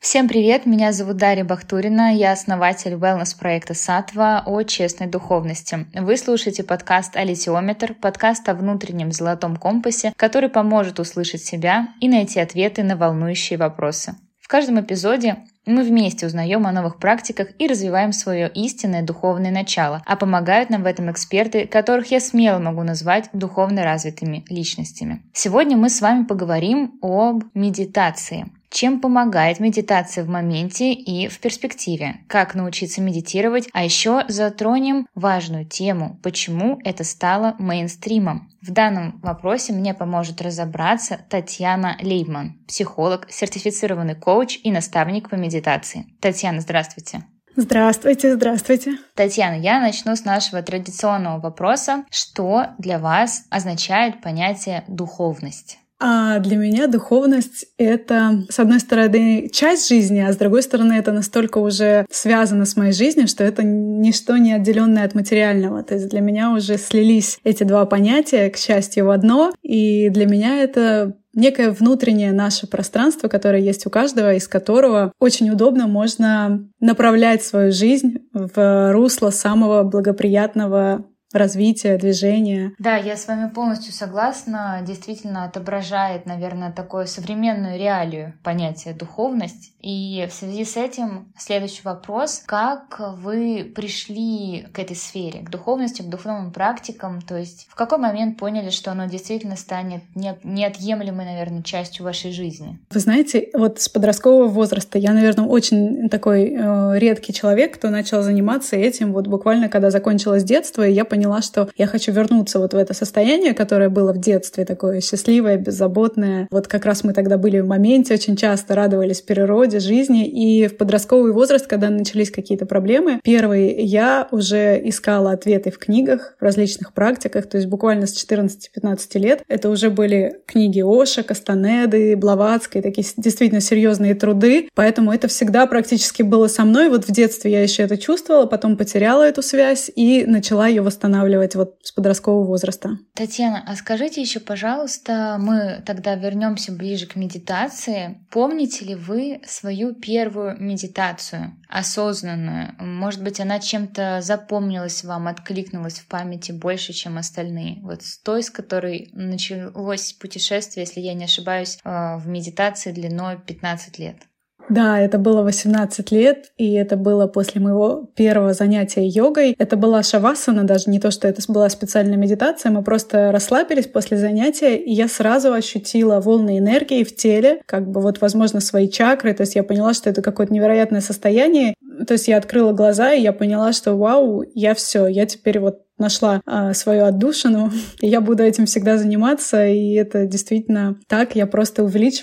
Всем привет, меня зовут Дарья Бахтурина, я основатель wellness-проекта Сатва о честной духовности. Вы слушаете подкаст «Алитиометр», подкаст о внутреннем золотом компасе, который поможет услышать себя и найти ответы на волнующие вопросы. В каждом эпизоде мы вместе узнаем о новых практиках и развиваем свое истинное духовное начало, а помогают нам в этом эксперты, которых я смело могу назвать духовно развитыми личностями. Сегодня мы с вами поговорим об медитации. Чем помогает медитация в моменте и в перспективе? Как научиться медитировать? А еще затронем важную тему, почему это стало мейнстримом. В данном вопросе мне поможет разобраться Татьяна Лейбман, психолог, сертифицированный коуч и наставник по медитации. Татьяна, здравствуйте. Здравствуйте. Татьяна, я начну с нашего традиционного вопроса. Что для вас означает понятие «духовность»? А для меня духовность — это, с одной стороны, часть жизни, а с другой стороны, это настолько уже связано с моей жизнью, что это ничто не отделенное от материального. То есть для меня уже слились эти два понятия, к счастью, в одно. И для меня это некое внутреннее наше пространство, которое есть у каждого, из которого очень удобно можно направлять свою жизнь в русло самого благоприятного развития, движения. Да, я с вами полностью согласна. Действительно отображает, наверное, такую современную реалию понятия духовность. И в связи с этим следующий вопрос. Как вы пришли к этой сфере, к духовности, к духовным практикам? То есть в какой момент поняли, что оно действительно станет неотъемлемой, наверное, частью вашей жизни? Вы знаете, вот с подросткового возраста я, наверное, очень такой редкий человек, кто начал заниматься этим вот буквально когда закончилось детство, и я поняла, что я хочу вернуться вот в это состояние, которое было в детстве, такое счастливое, беззаботное. Вот как раз мы тогда были в моменте, очень часто радовались природе, жизни. И в подростковый возраст, когда начались какие-то проблемы, первые я уже искала ответы в книгах, в различных практиках, то есть буквально с 14-15 лет. Это уже были книги Оша, Кастанеды, Блаватской, такие действительно серьезные труды. Поэтому это всегда практически было со мной. Вот в детстве я еще это чувствовала, потом потеряла эту связь и начала ее восстанавливать вот с подросткового возраста. Татьяна, а скажите еще, пожалуйста, мы тогда вернемся ближе к медитации. Помните ли вы свою первую медитацию, осознанную? Может быть, она чем-то запомнилась вам, откликнулась в памяти больше, чем остальные? Вот с той, с которой началось путешествие, если я не ошибаюсь, в медитации длиной 15 лет. Да, это было 18 лет, и это было после моего первого занятия йогой. Это была шавасана, даже не то, что это была специальная медитация, мы просто расслабились после занятия, и я сразу ощутила волны энергии в теле, как бы вот, возможно, свои чакры, то есть я поняла, что это какое-то невероятное состояние. То есть я открыла глаза, и я поняла, что вау, я теперь вот нашла свою отдушину, и я буду этим всегда заниматься, и это действительно так. Я просто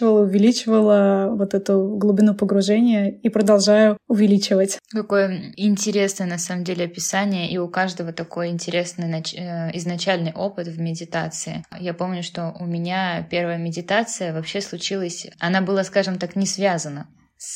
увеличивала вот эту глубину погружения и продолжаю увеличивать. Какое интересное, на самом деле, описание, и у каждого такой интересный изначальный опыт в медитации. Я помню, что у меня первая медитация вообще случилась, она была, скажем так, не связана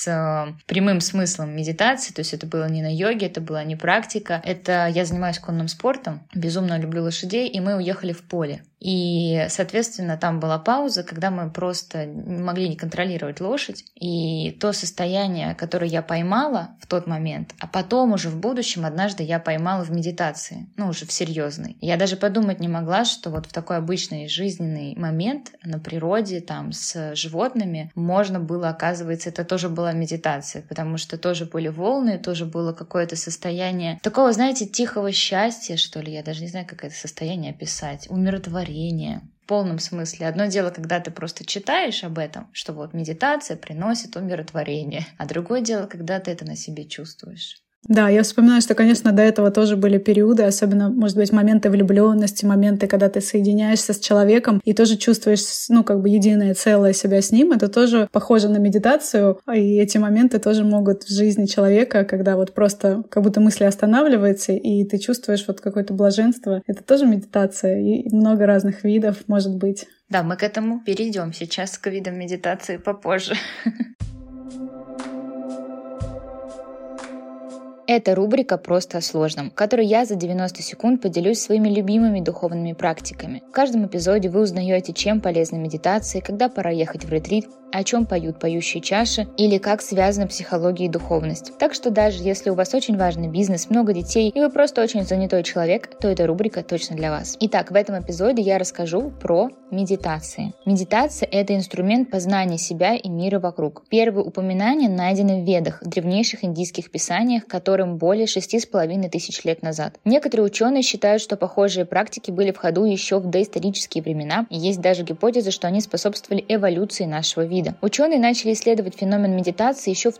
с прямым смыслом медитации, то есть это было не на йоге, это была не практика, это я занимаюсь конным спортом, безумно люблю лошадей, и мы уехали в поле. И, соответственно, там была пауза, когда мы просто не могли не контролировать лошадь. И то состояние, которое я поймала в тот момент, а потом уже в будущем однажды я поймала в медитации, уже в серьезной. Я даже подумать не могла, что вот в такой обычный жизненный момент на природе, там, с животными можно было, оказывается, это тоже была медитация, потому что тоже были волны, тоже было какое-то состояние такого, знаете, тихого счастья, что ли, я даже не знаю, как это состояние описать, умиротворения. В полном смысле. Одно дело, когда ты просто читаешь об этом, что вот медитация приносит умиротворение, а другое дело, когда ты это на себе чувствуешь. Да, я вспоминаю, что, конечно, до этого тоже были периоды, особенно, может быть, моменты влюбленности, моменты, когда ты соединяешься с человеком и тоже чувствуешь, единое целое себя с ним. Это тоже похоже на медитацию, и эти моменты тоже могут в жизни человека, когда вот просто как будто мысли останавливаются, и ты чувствуешь вот какое-то блаженство. Это тоже медитация, и много разных видов может быть. Да, мы к этому перейдем сейчас к видам медитации попозже. Это рубрика «Просто о сложном», в которой я за 90 секунд поделюсь своими любимыми духовными практиками. В каждом эпизоде вы узнаете, чем полезна медитация, когда пора ехать в ретрит, о чем поют поющие чаши или как связана психология и духовность. Так что даже если у вас очень важный бизнес, много детей и вы просто очень занятой человек, то эта рубрика точно для вас. Итак, в этом эпизоде я расскажу про медитации. Медитация – это инструмент познания себя и мира вокруг. Первые упоминания найдены в Ведах, древнейших индийских писаниях, которым более 6500 лет назад. Некоторые ученые считают, что похожие практики были в ходу еще в доисторические времена, и есть даже гипотеза, что они способствовали эволюции нашего вида. Ученые начали исследовать феномен медитации еще в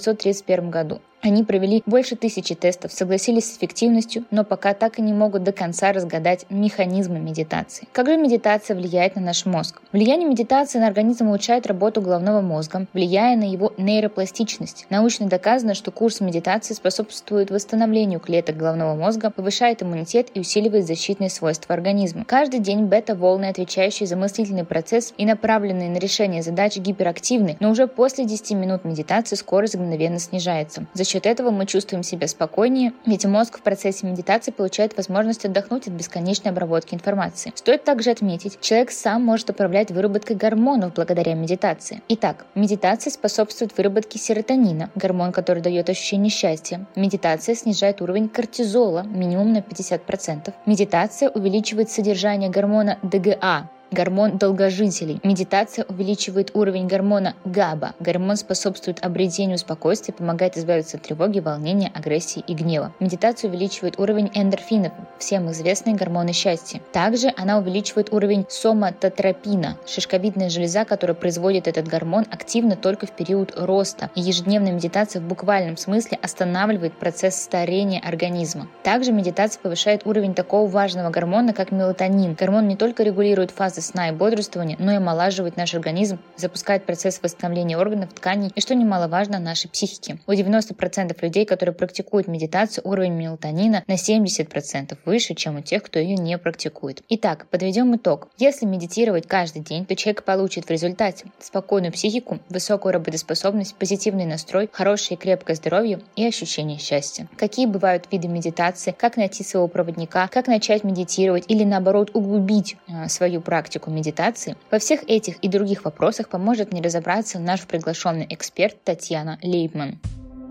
1931 году. Они провели больше 1000 тестов, согласились с эффективностью, но пока так и не могут до конца разгадать механизмы медитации. Как же медитация влияет на наш мозг? Влияние медитации на организм улучшает работу головного мозга, влияя на его нейропластичность. Научно доказано, что курс медитации способствует восстановлению клеток головного мозга, повышает иммунитет и усиливает защитные свойства организма. Каждый день бета-волны, отвечающие за мыслительный процесс и направленные на решение задач, гиперактивны, но уже после 10 минут медитации скорость мгновенно снижается. За счет этого мы чувствуем себя спокойнее, ведь мозг в процессе медитации получает возможность отдохнуть от бесконечной обработки информации. Стоит также отметить, человек сам может управлять выработкой гормонов благодаря медитации. Итак, медитация способствует выработке серотонина, гормон, который дает ощущение счастья. Медитация снижает уровень кортизола минимум на 50%. Медитация увеличивает содержание гормона ДГА, гормон долгожителей. Медитация увеличивает уровень гормона ГАБА. Гормон способствует обретению спокойствия, помогает избавиться от тревоги, волнения, агрессии и гнева. Медитация увеличивает уровень эндорфинов, всем известные гормоны счастья. Также она увеличивает уровень соматотропина, шишковидная железа, которая производит этот гормон, активна только в период роста. И ежедневная медитация в буквальном смысле останавливает процесс старения организма. Также медитация повышает уровень такого важного гормона, как мелатонин. Гормон не только регулирует фазы сна и бодрствования, но и омолаживает наш организм, запускает процесс восстановления органов, тканей и, что немаловажно, нашей психики. У 90% людей, которые практикуют медитацию, уровень мелатонина на 70% выше, чем у тех, кто ее не практикует. Итак, подведем итог. Если медитировать каждый день, то человек получит в результате спокойную психику, высокую работоспособность, позитивный настрой, хорошее и крепкое здоровье и ощущение счастья. Какие бывают виды медитации, как найти своего проводника, как начать медитировать или наоборот углубить свою практику медитации. Во всех этих и других вопросах поможет мне разобраться наш приглашенный эксперт Татьяна Лейбман.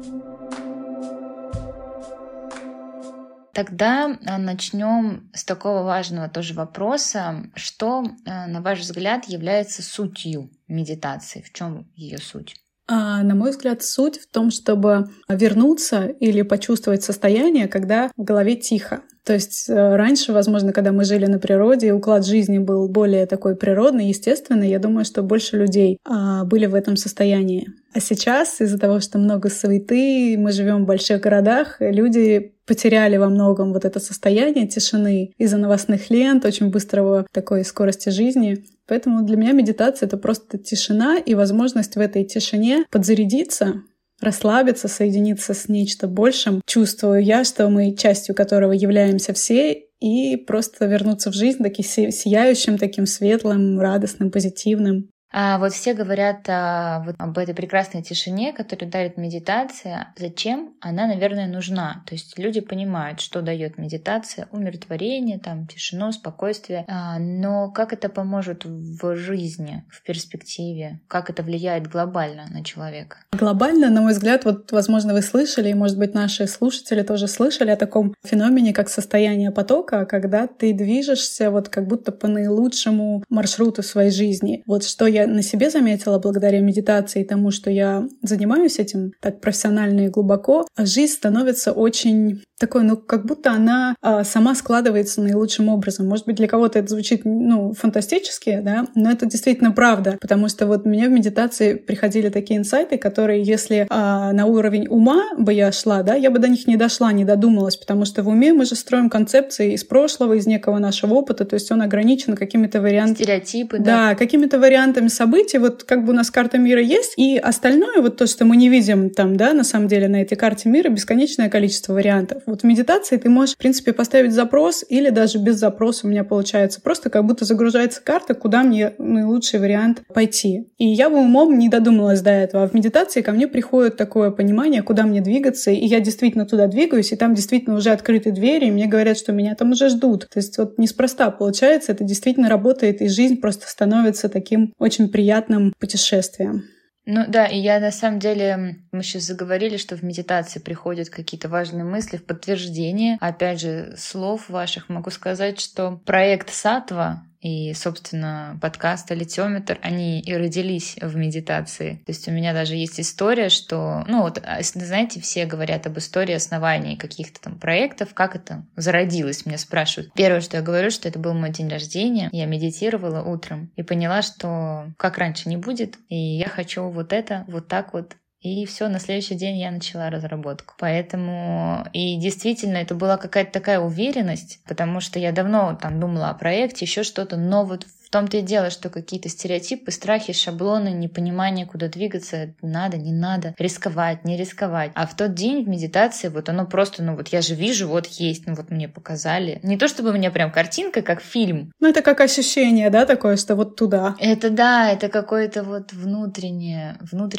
Тогда начнем с такого важного тоже вопроса. Что, на ваш взгляд, является сутью медитации? В чем ее суть? На мой взгляд, суть в том, чтобы вернуться или почувствовать состояние, когда в голове тихо. То есть раньше, возможно, когда мы жили на природе, и уклад жизни был более такой природный, естественный, я думаю, что больше людей были в этом состоянии. А сейчас из-за того, что много суеты, мы живем в больших городах, люди потеряли во многом вот это состояние тишины из-за новостных лент, очень быстрого такой скорости жизни. Поэтому для меня медитация — это просто тишина и возможность в этой тишине подзарядиться, расслабиться, соединиться с нечто большим. Чувствую я, что мы частью которого являемся все, и просто вернуться в жизнь таким сияющим, таким светлым, радостным, позитивным. Вот все говорят вот об этой прекрасной тишине, которую дарит медитация. Зачем она, наверное, нужна? То есть люди понимают, что дает медитация: умиротворение, тишину, спокойствие. Но как это поможет в жизни, в перспективе? Как это влияет глобально на человека? Глобально, на мой взгляд, возможно, вы слышали, и, может быть, наши слушатели тоже слышали о таком феномене, как состояние потока, когда ты движешься как будто по наилучшему маршруту своей жизни. Что я на себе заметила благодаря медитации и тому, что я занимаюсь этим так профессионально и глубоко, жизнь становится очень такой, как будто она сама складывается наилучшим образом. Может быть, для кого-то это звучит, фантастически, да, но это действительно правда, потому что у меня в медитации приходили такие инсайты, которые, если на уровень ума бы я шла, да, я бы до них не дошла, не додумалась, потому что в уме мы же строим концепции из прошлого, из некого нашего опыта, то есть он ограничен какими-то вариантами. Стереотипы, да, какими-то вариантами центрами событий, вот как бы у нас карта мира есть, и остальное, вот то, что мы не видим там, да, на самом деле на этой карте мира, бесконечное количество вариантов. Вот в медитации ты можешь, в принципе, поставить запрос, или даже без запроса у меня получается, просто как будто загружается карта, куда мне наилучший вариант пойти. И я бы умом не додумалась до этого, а в медитации ко мне приходит такое понимание, куда мне двигаться, и я действительно туда двигаюсь, и там действительно уже открыты двери, и мне говорят, что меня там уже ждут. То есть вот неспроста получается, это действительно работает, и жизнь просто становится таким очень приятным путешествием. Ну да, и я на самом деле, мы сейчас заговорили, что в медитации приходят какие-то важные мысли в подтверждение. Опять же, слов ваших могу сказать, что проект Сатва и, собственно, подкаст «Алитиометр», они и родились в медитации. То есть у меня даже есть история, что, ну вот, знаете, все говорят об истории основания каких-то там проектов, как это зародилось, меня спрашивают. Первое, что я говорю, что это был мой день рождения, я медитировала утром и поняла, что как раньше не будет, и я хочу вот это, вот так вот. И все, на следующий день я начала разработку. Поэтому и действительно это была какая-то такая уверенность, потому что я давно там думала о проекте, еще что-то, но вот в том-то и дело, что какие-то стереотипы, страхи, шаблоны, непонимание, куда двигаться, надо, не надо, рисковать, не рисковать. А в тот день в медитации вот оно просто, ну вот я же вижу, вот есть, ну вот мне показали. Не то чтобы у меня прям картинка, как фильм. Ну это как ощущение, да, такое, что вот туда. Это да, это какое-то вот внутреннее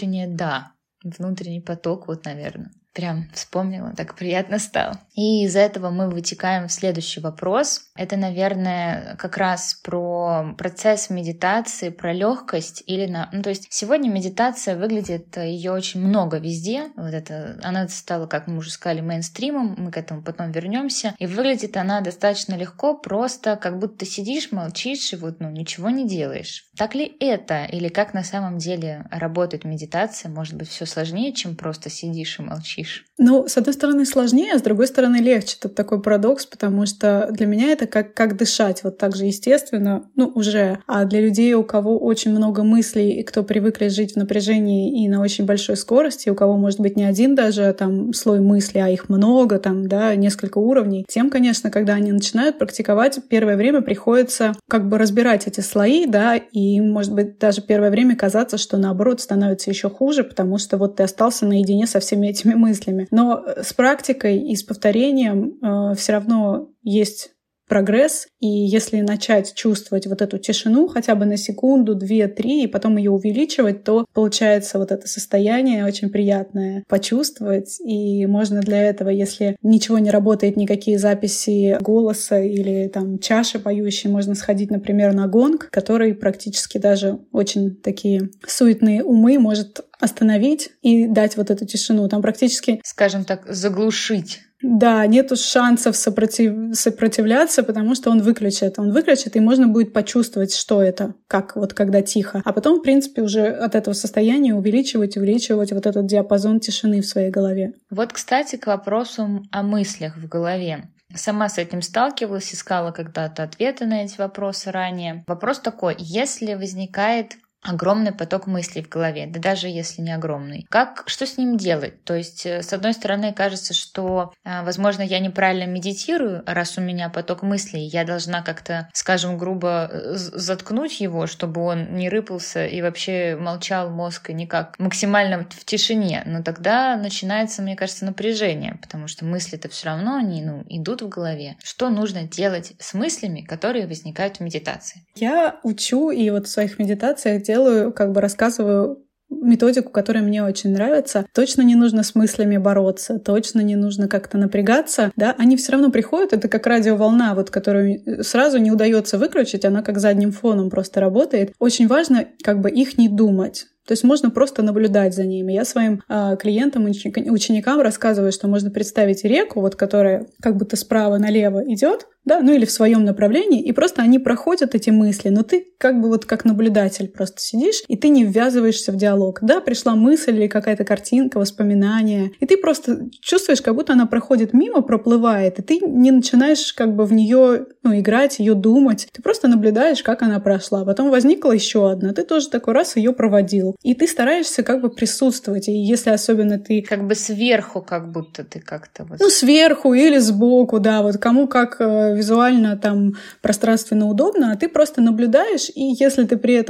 да. Внутренний поток, вот, наверное. Прям вспомнила, так приятно стало. И из этого мы вытекаем в следующий вопрос. Это, наверное, как раз про процесс медитации, про легкость или ну, то есть сегодня медитация выглядит, ее очень много везде. Вот это, она стала, как мы уже сказали, мейнстримом. Мы к этому потом вернемся. И выглядит она достаточно легко, просто как будто ты сидишь, молчишь и вот, ну, ничего не делаешь. Так ли это? Или как на самом деле работает медитация? Может быть, все сложнее, чем просто сидишь и молчишь? Ну, с одной стороны, сложнее, а с другой стороны, легче. Это такой парадокс, потому что для меня это как дышать. Вот так же естественно, ну, уже. А для людей, у кого очень много мыслей, и кто привыкли жить в напряжении и на очень большой скорости, у кого, может быть, не один даже там слой мыслей, а их много, там, да, несколько уровней, тем, конечно, когда они начинают практиковать, первое время приходится как бы разбирать эти слои, да, и, может быть, даже первое время казаться, что, наоборот, становится еще хуже, потому что вот ты остался наедине со всеми этими мыслями. Но с практикой и с повторением все равно есть прогресс, и если начать чувствовать вот эту тишину хотя бы на секунду, 2-3, и потом ее увеличивать, то получается вот это состояние очень приятное почувствовать, и можно для этого, если ничего не работает, никакие записи голоса или там чаши поющие, можно сходить, например, на гонг, который практически даже очень такие суетные умы может остановить и дать вот эту тишину. Там практически, скажем так, заглушить. Да, нету шансов сопротивляться, потому что он выключит. Он выключит, и можно будет почувствовать, что это, как вот когда тихо. А потом, в принципе, уже от этого состояния увеличивать вот этот диапазон тишины в своей голове. Вот, кстати, к вопросу о мыслях в голове. Сама с этим сталкивалась, искала когда-то ответы на эти вопросы ранее. Вопрос такой: если возникает огромный поток мыслей в голове, да даже если не огромный. Что с ним делать? То есть, с одной стороны, кажется, что, возможно, я неправильно медитирую, раз у меня поток мыслей, я должна как-то, скажем, грубо заткнуть его, чтобы он не рыпался и вообще молчал мозг и никак максимально в тишине. Но тогда начинается, мне кажется, напряжение, потому что мысли-то все равно, они идут в голове. Что нужно делать с мыслями, которые возникают в медитации? Я учу, и вот в своих медитациях делаю, рассказываю методику, которая мне очень нравится. Точно не нужно с мыслями бороться, точно не нужно как-то напрягаться, да, они все равно приходят, это как радиоволна, вот, которую сразу не удается выключить, она как задним фоном просто работает. Очень важно их не думать. То есть можно просто наблюдать за ними. Я своим клиентам, ученикам рассказываю, что можно представить реку, вот, которая как будто справа налево идет, да, ну или в своем направлении, и просто они проходят эти мысли, но ты как наблюдатель просто сидишь, и ты не ввязываешься в диалог. Да, пришла мысль или какая-то картинка, воспоминание, и ты просто чувствуешь, как будто она проходит мимо, проплывает, и ты не начинаешь в нее играть, ее думать. Ты просто наблюдаешь, как она прошла. Потом возникла еще одна, ты тоже такой раз ее проводил. И ты стараешься присутствовать. И если особенно ты... сверху, как будто ты как-то... сверху или сбоку, да, вот кому как визуально там пространственно удобно, а ты просто наблюдаешь, и если ты при этом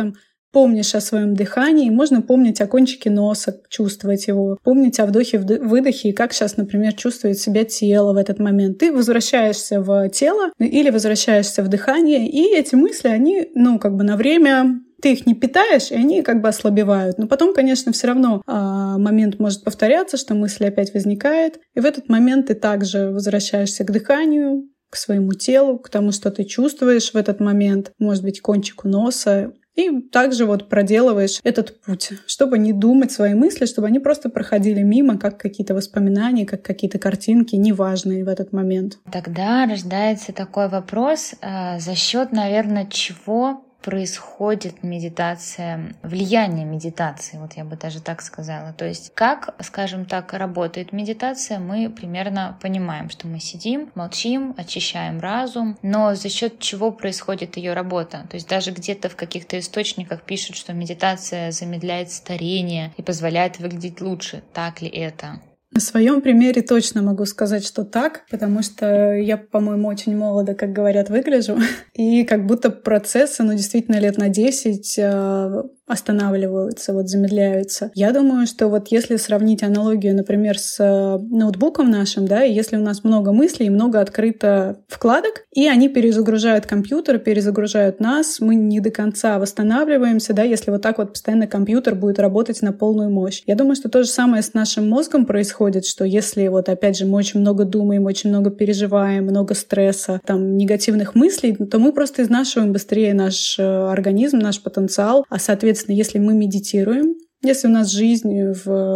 помнишь о своем дыхании, можно помнить о кончике носа, чувствовать его, помнить о вдохе-выдохе и как сейчас, например, чувствует себя тело в этот момент. Ты возвращаешься в тело или возвращаешься в дыхание, и эти мысли, они, на время ты их не питаешь, и они ослабевают. Но потом, конечно, все равно момент может повторяться, что мысль опять возникает, и в этот момент ты также возвращаешься к дыханию, к своему телу, к тому, что ты чувствуешь в этот момент, может быть, кончику носа. И также проделываешь этот путь, чтобы не думать свои мысли, чтобы они просто проходили мимо, как какие-то воспоминания, как какие-то картинки, неважные в этот момент. Тогда рождается такой вопрос, за счет, наверное, чего происходит медитация, влияние медитации, вот я бы даже так сказала. То есть как, скажем так, работает медитация, мы примерно понимаем, что мы сидим, молчим, очищаем разум, но за счет чего происходит ее работа? То есть даже где-то в каких-то источниках пишут, что медитация замедляет старение и позволяет выглядеть лучше. Так ли это? На своем примере точно могу сказать, что так, потому что я, по-моему, очень молодо, как говорят, выгляжу. И как будто процессы, действительно, лет на 10 останавливаются, замедляются. Я думаю, что если сравнить аналогию, например, с ноутбуком нашим, да, и если у нас много мыслей и много открыто вкладок, и они перезагружают компьютер, перезагружают нас, мы не до конца восстанавливаемся, да, если так постоянно компьютер будет работать на полную мощь. Я думаю, что то же самое с нашим мозгом происходит, что если опять же мы очень много думаем, очень много переживаем, много стресса, негативных мыслей, то мы просто изнашиваем быстрее наш организм, наш потенциал, а соответственно, если мы медитируем, если у нас жизнь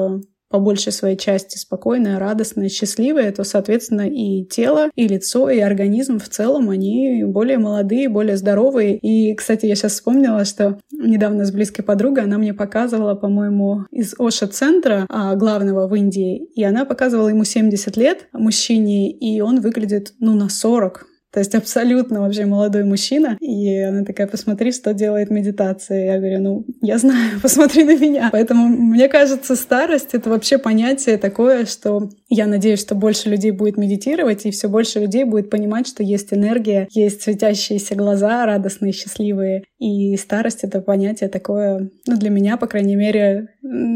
по большей своей части спокойная, радостная, счастливая, то, соответственно, и тело, и лицо, и организм в целом, они более молодые, более здоровые. И, кстати, я сейчас вспомнила, что недавно с близкой подругой она мне показывала, по-моему, из Оша-центра, главного в Индии, и она показывала ему 70 лет, мужчине, и он выглядит, на 40. То есть абсолютно вообще молодой мужчина. И она такая: посмотри, что делает медитация. Я говорю: я знаю, посмотри на меня. Поэтому, мне кажется, старость — это вообще понятие такое, что я надеюсь, что больше людей будет медитировать, и все больше людей будет понимать, что есть энергия, есть светящиеся глаза, радостные, счастливые. И старость — это понятие такое, для меня, по крайней мере,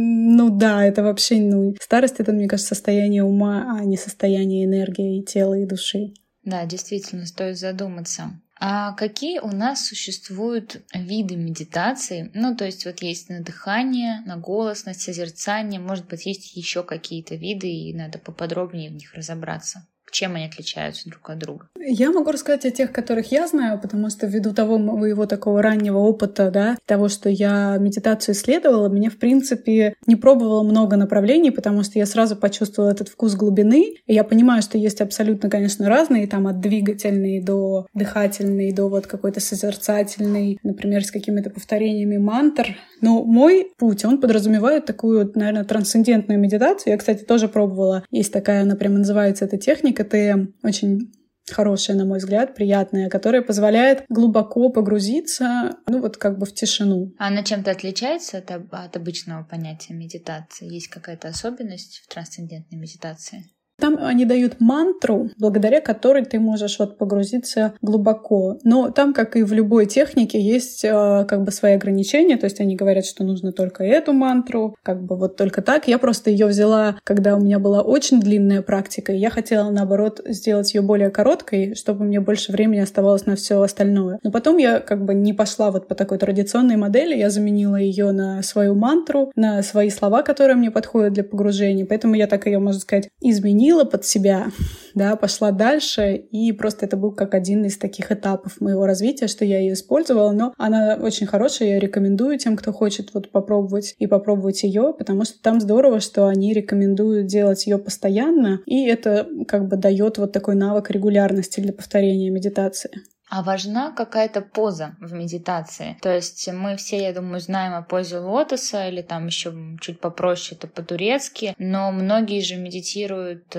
это вообще, старость — это, мне кажется, состояние ума, а не состояние энергии и тела, и души. Да, действительно, стоит задуматься. А какие у нас существуют виды медитации? То есть есть на дыхание, на голос, на созерцание. Может быть, есть еще какие-то виды, и надо поподробнее в них разобраться. Чем они отличаются друг от друга? Я могу рассказать о тех, которых я знаю, потому что ввиду того моего такого раннего опыта, да, того, что я медитацию исследовала, мне, в принципе, не пробовала много направлений, потому что я сразу почувствовала этот вкус глубины. И я понимаю, что есть абсолютно, конечно, разные, от двигательной до дыхательной, до какой-то созерцательной, например, с какими-то повторениями мантр. Но мой путь, он подразумевает такую, наверное, трансцендентную медитацию. Я, кстати, тоже пробовала. Есть такая, она прямо называется эта техника ТМ, очень хорошая, на мой взгляд, приятная, которая позволяет глубоко погрузиться, в тишину. А она чем-то отличается от обычного понятия медитации? Есть какая-то особенность в трансцендентной медитации? Там они дают мантру, благодаря которой ты можешь погрузиться глубоко. Но там, как и в любой технике, есть свои ограничения. То есть они говорят, что нужно только эту мантру, только так. Я просто ее взяла, когда у меня была очень длинная практика, и я хотела, наоборот, сделать ее более короткой, чтобы мне больше времени оставалось на все остальное. Но потом я не пошла по такой традиционной модели, я заменила ее на свою мантру, на свои слова, которые мне подходят для погружения. Поэтому я так ее, можно сказать, изменила под себя, да, пошла дальше, и просто это был как один из таких этапов моего развития, что я ее использовала, но она очень хорошая, я рекомендую тем, кто хочет попробовать ее, потому что там здорово, что они рекомендуют делать ее постоянно, и это дает такой навык регулярности для повторения медитации. А важна какая-то поза в медитации? То есть мы все, я думаю, знаем о позе лотоса, или еще чуть попроще, это по-турецки, но многие же медитируют,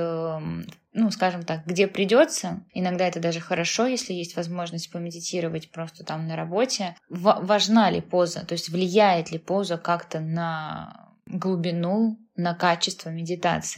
скажем так, где придется. Иногда это даже хорошо, если есть возможность помедитировать просто на работе. Важна ли поза? То есть влияет ли поза как-то на глубину, на качество медитации?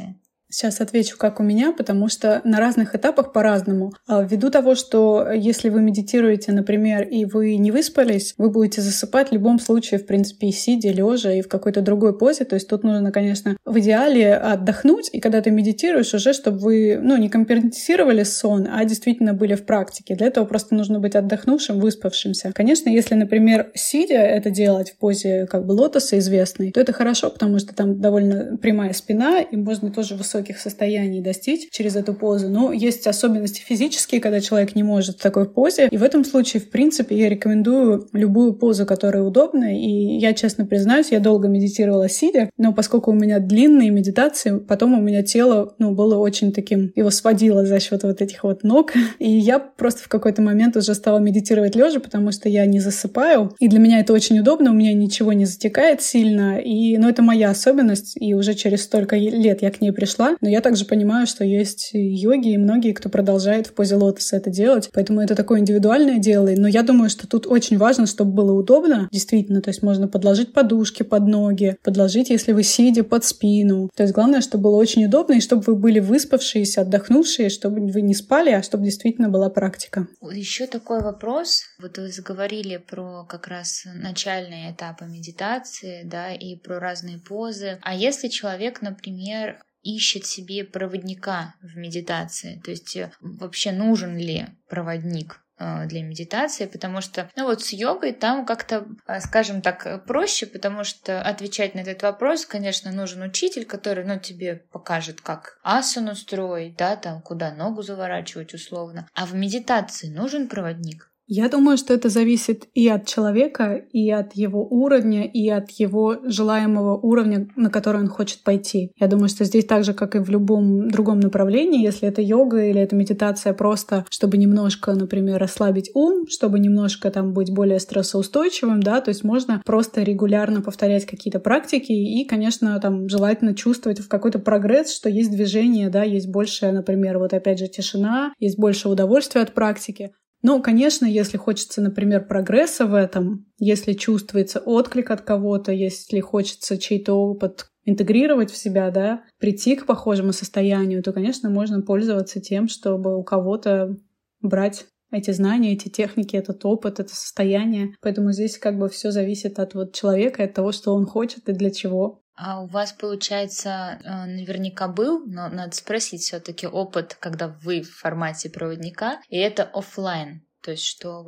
Сейчас отвечу, как у меня, потому что на разных этапах по-разному. Ввиду того, что если вы медитируете, например, и вы не выспались, вы будете засыпать в любом случае, в принципе, и сидя, лежа, и в какой-то другой позе. То есть тут нужно, конечно, в идеале отдохнуть, и когда ты медитируешь, уже чтобы вы не компенсировали сон, а действительно были в практике. Для этого просто нужно быть отдохнувшим, выспавшимся. Конечно, если, например, сидя это делать в позе лотоса известной, то это хорошо, потому что там довольно прямая спина, и можно тоже высоких состояний достичь через эту позу. Но есть особенности физические, когда человек не может в такой позе. И в этом случае, в принципе, я рекомендую любую позу, которая удобна. И я, честно признаюсь, я долго медитировала сидя, но поскольку у меня длинные медитации, потом у меня тело, было очень таким, его сводило за счет вот этих вот ног. И я просто в какой-то момент уже стала медитировать лежа, потому что я не засыпаю. И для меня это очень удобно, у меня ничего не затекает сильно. Но это моя особенность, и уже через столько лет я к ней пришла. Но я также понимаю, что есть йоги и многие, кто продолжает в позе лотоса это делать. Поэтому это такое индивидуальное дело. Но я думаю, что тут очень важно, чтобы было удобно. Действительно, то есть можно подложить подушки под ноги, подложить, если вы сидя, под спину. То есть главное, чтобы было очень удобно, и чтобы вы были выспавшиеся, отдохнувшие, чтобы вы не спали, а чтобы действительно была практика. Еще такой вопрос. Вот вы заговорили про как раз начальные этапы медитации, да, и про разные позы. А если человек, например, ищет себе проводника в медитации, то есть вообще нужен ли проводник для медитации, потому что, с йогой там как-то, скажем так, проще, потому что отвечать на этот вопрос, конечно, нужен учитель, который, тебе покажет, как асану строить, да, там, куда ногу заворачивать условно. А в медитации нужен проводник? Я думаю, что это зависит и от человека, и от его уровня, и от его желаемого уровня, на который он хочет пойти. Я думаю, что здесь так же, как и в любом другом направлении, если это йога или это медитация просто, чтобы немножко, например, расслабить ум, чтобы немножко быть более стрессоустойчивым, да, то есть можно просто регулярно повторять какие-то практики и, конечно, желательно чувствовать в какой-то прогресс, что есть движение, да, есть больше, например, опять же тишина, есть больше удовольствия от практики. Конечно, если хочется, например, прогресса в этом, если чувствуется отклик от кого-то, если хочется чей-то опыт интегрировать в себя, да, прийти к похожему состоянию, то, конечно, можно пользоваться тем, чтобы у кого-то брать эти знания, эти техники, этот опыт, это состояние. Поэтому здесь все зависит от человека, от того, что он хочет и для чего. А у вас, получается, наверняка был, но надо спросить все-таки опыт, когда вы в формате проводника, и это офлайн, то есть что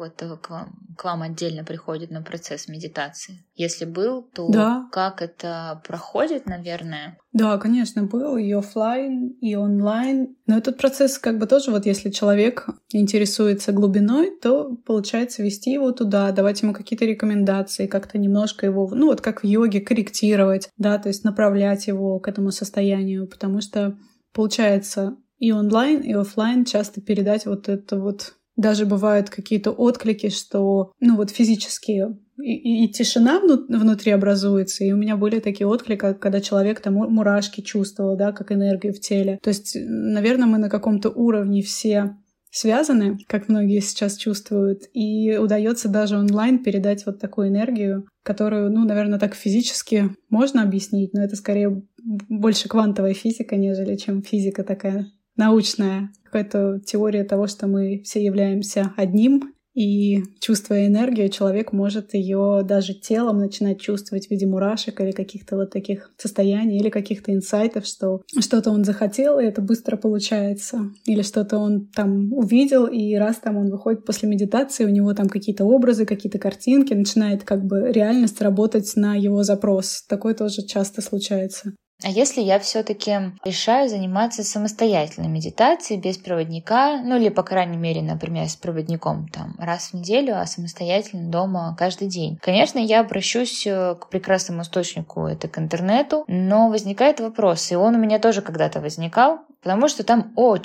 к вам отдельно приходит на процесс медитации. Если был, то да. Как это проходит, наверное? Да, конечно, был и офлайн, и онлайн. Но этот процесс тоже если человек интересуется глубиной, то получается вести его туда, давать ему какие-то рекомендации, как-то немножко его, как в йоге, корректировать, да, то есть направлять его к этому состоянию, потому что получается и онлайн, и офлайн часто передать это даже бывают какие-то отклики, что, физические, и тишина внутри образуется, и у меня были такие отклики, когда человек мурашки чувствовал, да, как энергию в теле. То есть, наверное, мы на каком-то уровне все связаны, как многие сейчас чувствуют, и удается даже онлайн передать такую энергию, которую, наверное, так физически можно объяснить, но это скорее больше квантовая физика, нежели чем физика такая научная. Какая-то теория того, что мы все являемся одним, и, чувствуя энергию, человек может ее даже телом начинать чувствовать в виде мурашек или каких-то таких состояний, или каких-то инсайтов, что что-то он захотел, и это быстро получается. Или что-то он увидел, и раз он выходит после медитации, у него какие-то образы, какие-то картинки, начинает реальность работать на его запрос. Такое тоже часто случается. А если я все-таки решаю заниматься самостоятельной медитацией без проводника, или, по крайней мере, например, с проводником раз в неделю, а самостоятельно дома каждый день. Конечно, я обращусь к прекрасному источнику, это к интернету, но возникает вопрос, и он у меня тоже когда-то возникал, потому что там очень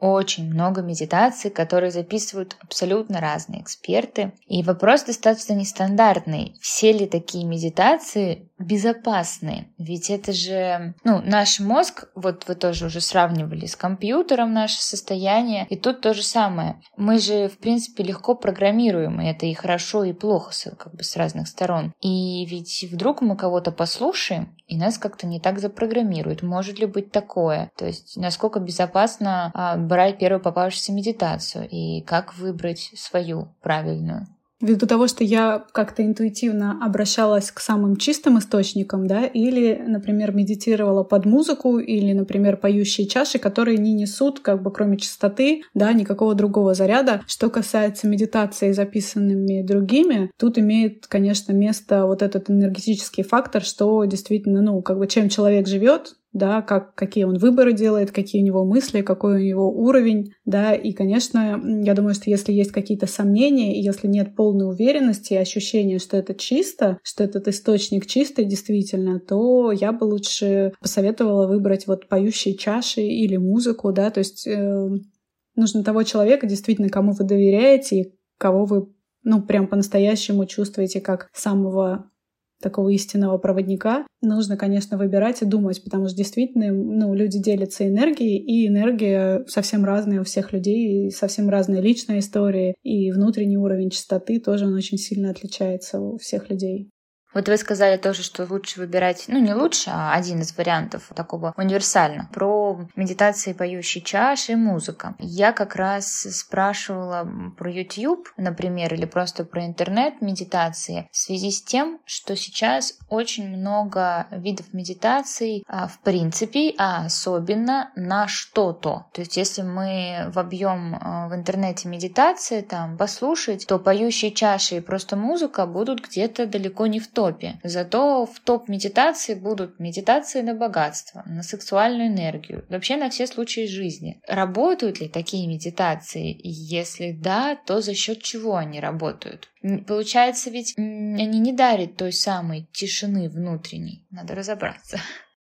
очень много медитаций, которые записывают абсолютно разные эксперты. И вопрос достаточно нестандартный. Все ли такие медитации безопасны? Ведь это же, наш мозг, вот вы тоже уже сравнивали с компьютером наше состояние, и тут то же самое. Мы же, в принципе, легко программируем, и это и хорошо, и плохо, с разных сторон. И ведь вдруг мы кого-то послушаем, и нас как-то не так запрограммируют. Может ли быть такое? То есть, насколько безопасно брать первую попавшуюся медитацию, и как выбрать свою правильную? Ввиду того, что я как-то интуитивно обращалась к самым чистым источникам, да, или, например, медитировала под музыку, или, например, поющие чаши, которые не несут, кроме чистоты, да, никакого другого заряда. Что касается медитации, записанными другими, тут имеет, конечно, место вот этот энергетический фактор, что действительно, чем человек живет, да, какие он выборы делает, какие у него мысли, какой у него уровень, да, и, конечно, я думаю, что если есть какие-то сомнения, и если нет полной уверенности и ощущения, что это чисто, что этот источник чистый действительно, то я бы лучше посоветовала выбрать вот поющие чаши или музыку, да, то есть нужно того человека, действительно, кому вы доверяете и кого вы, прям по-настоящему чувствуете как самого такого истинного проводника. Нужно, конечно, выбирать и думать, потому что действительно, люди делятся энергией, и энергия совсем разная у всех людей, и совсем разная личная история, и внутренний уровень чистоты тоже он очень сильно отличается у всех людей. Вот вы сказали тоже, что лучше выбирать, не лучше, а один из вариантов такого универсально, про медитации поющие чаши и музыка. Я как раз спрашивала про YouTube, например, или просто про интернет-медитации в связи с тем, что сейчас очень много видов медитаций, в принципе, а особенно на что-то. То есть если мы вобьем в интернете медитации, там, послушать, то поющие чаши и просто музыка будут где-то далеко не в топе. Зато в топ медитации будут медитации на богатство, на сексуальную энергию, вообще на все случаи жизни. Работают ли такие медитации? И если да, то за счет чего они работают? Получается, ведь они не дарят той самой тишины внутренней. Надо разобраться.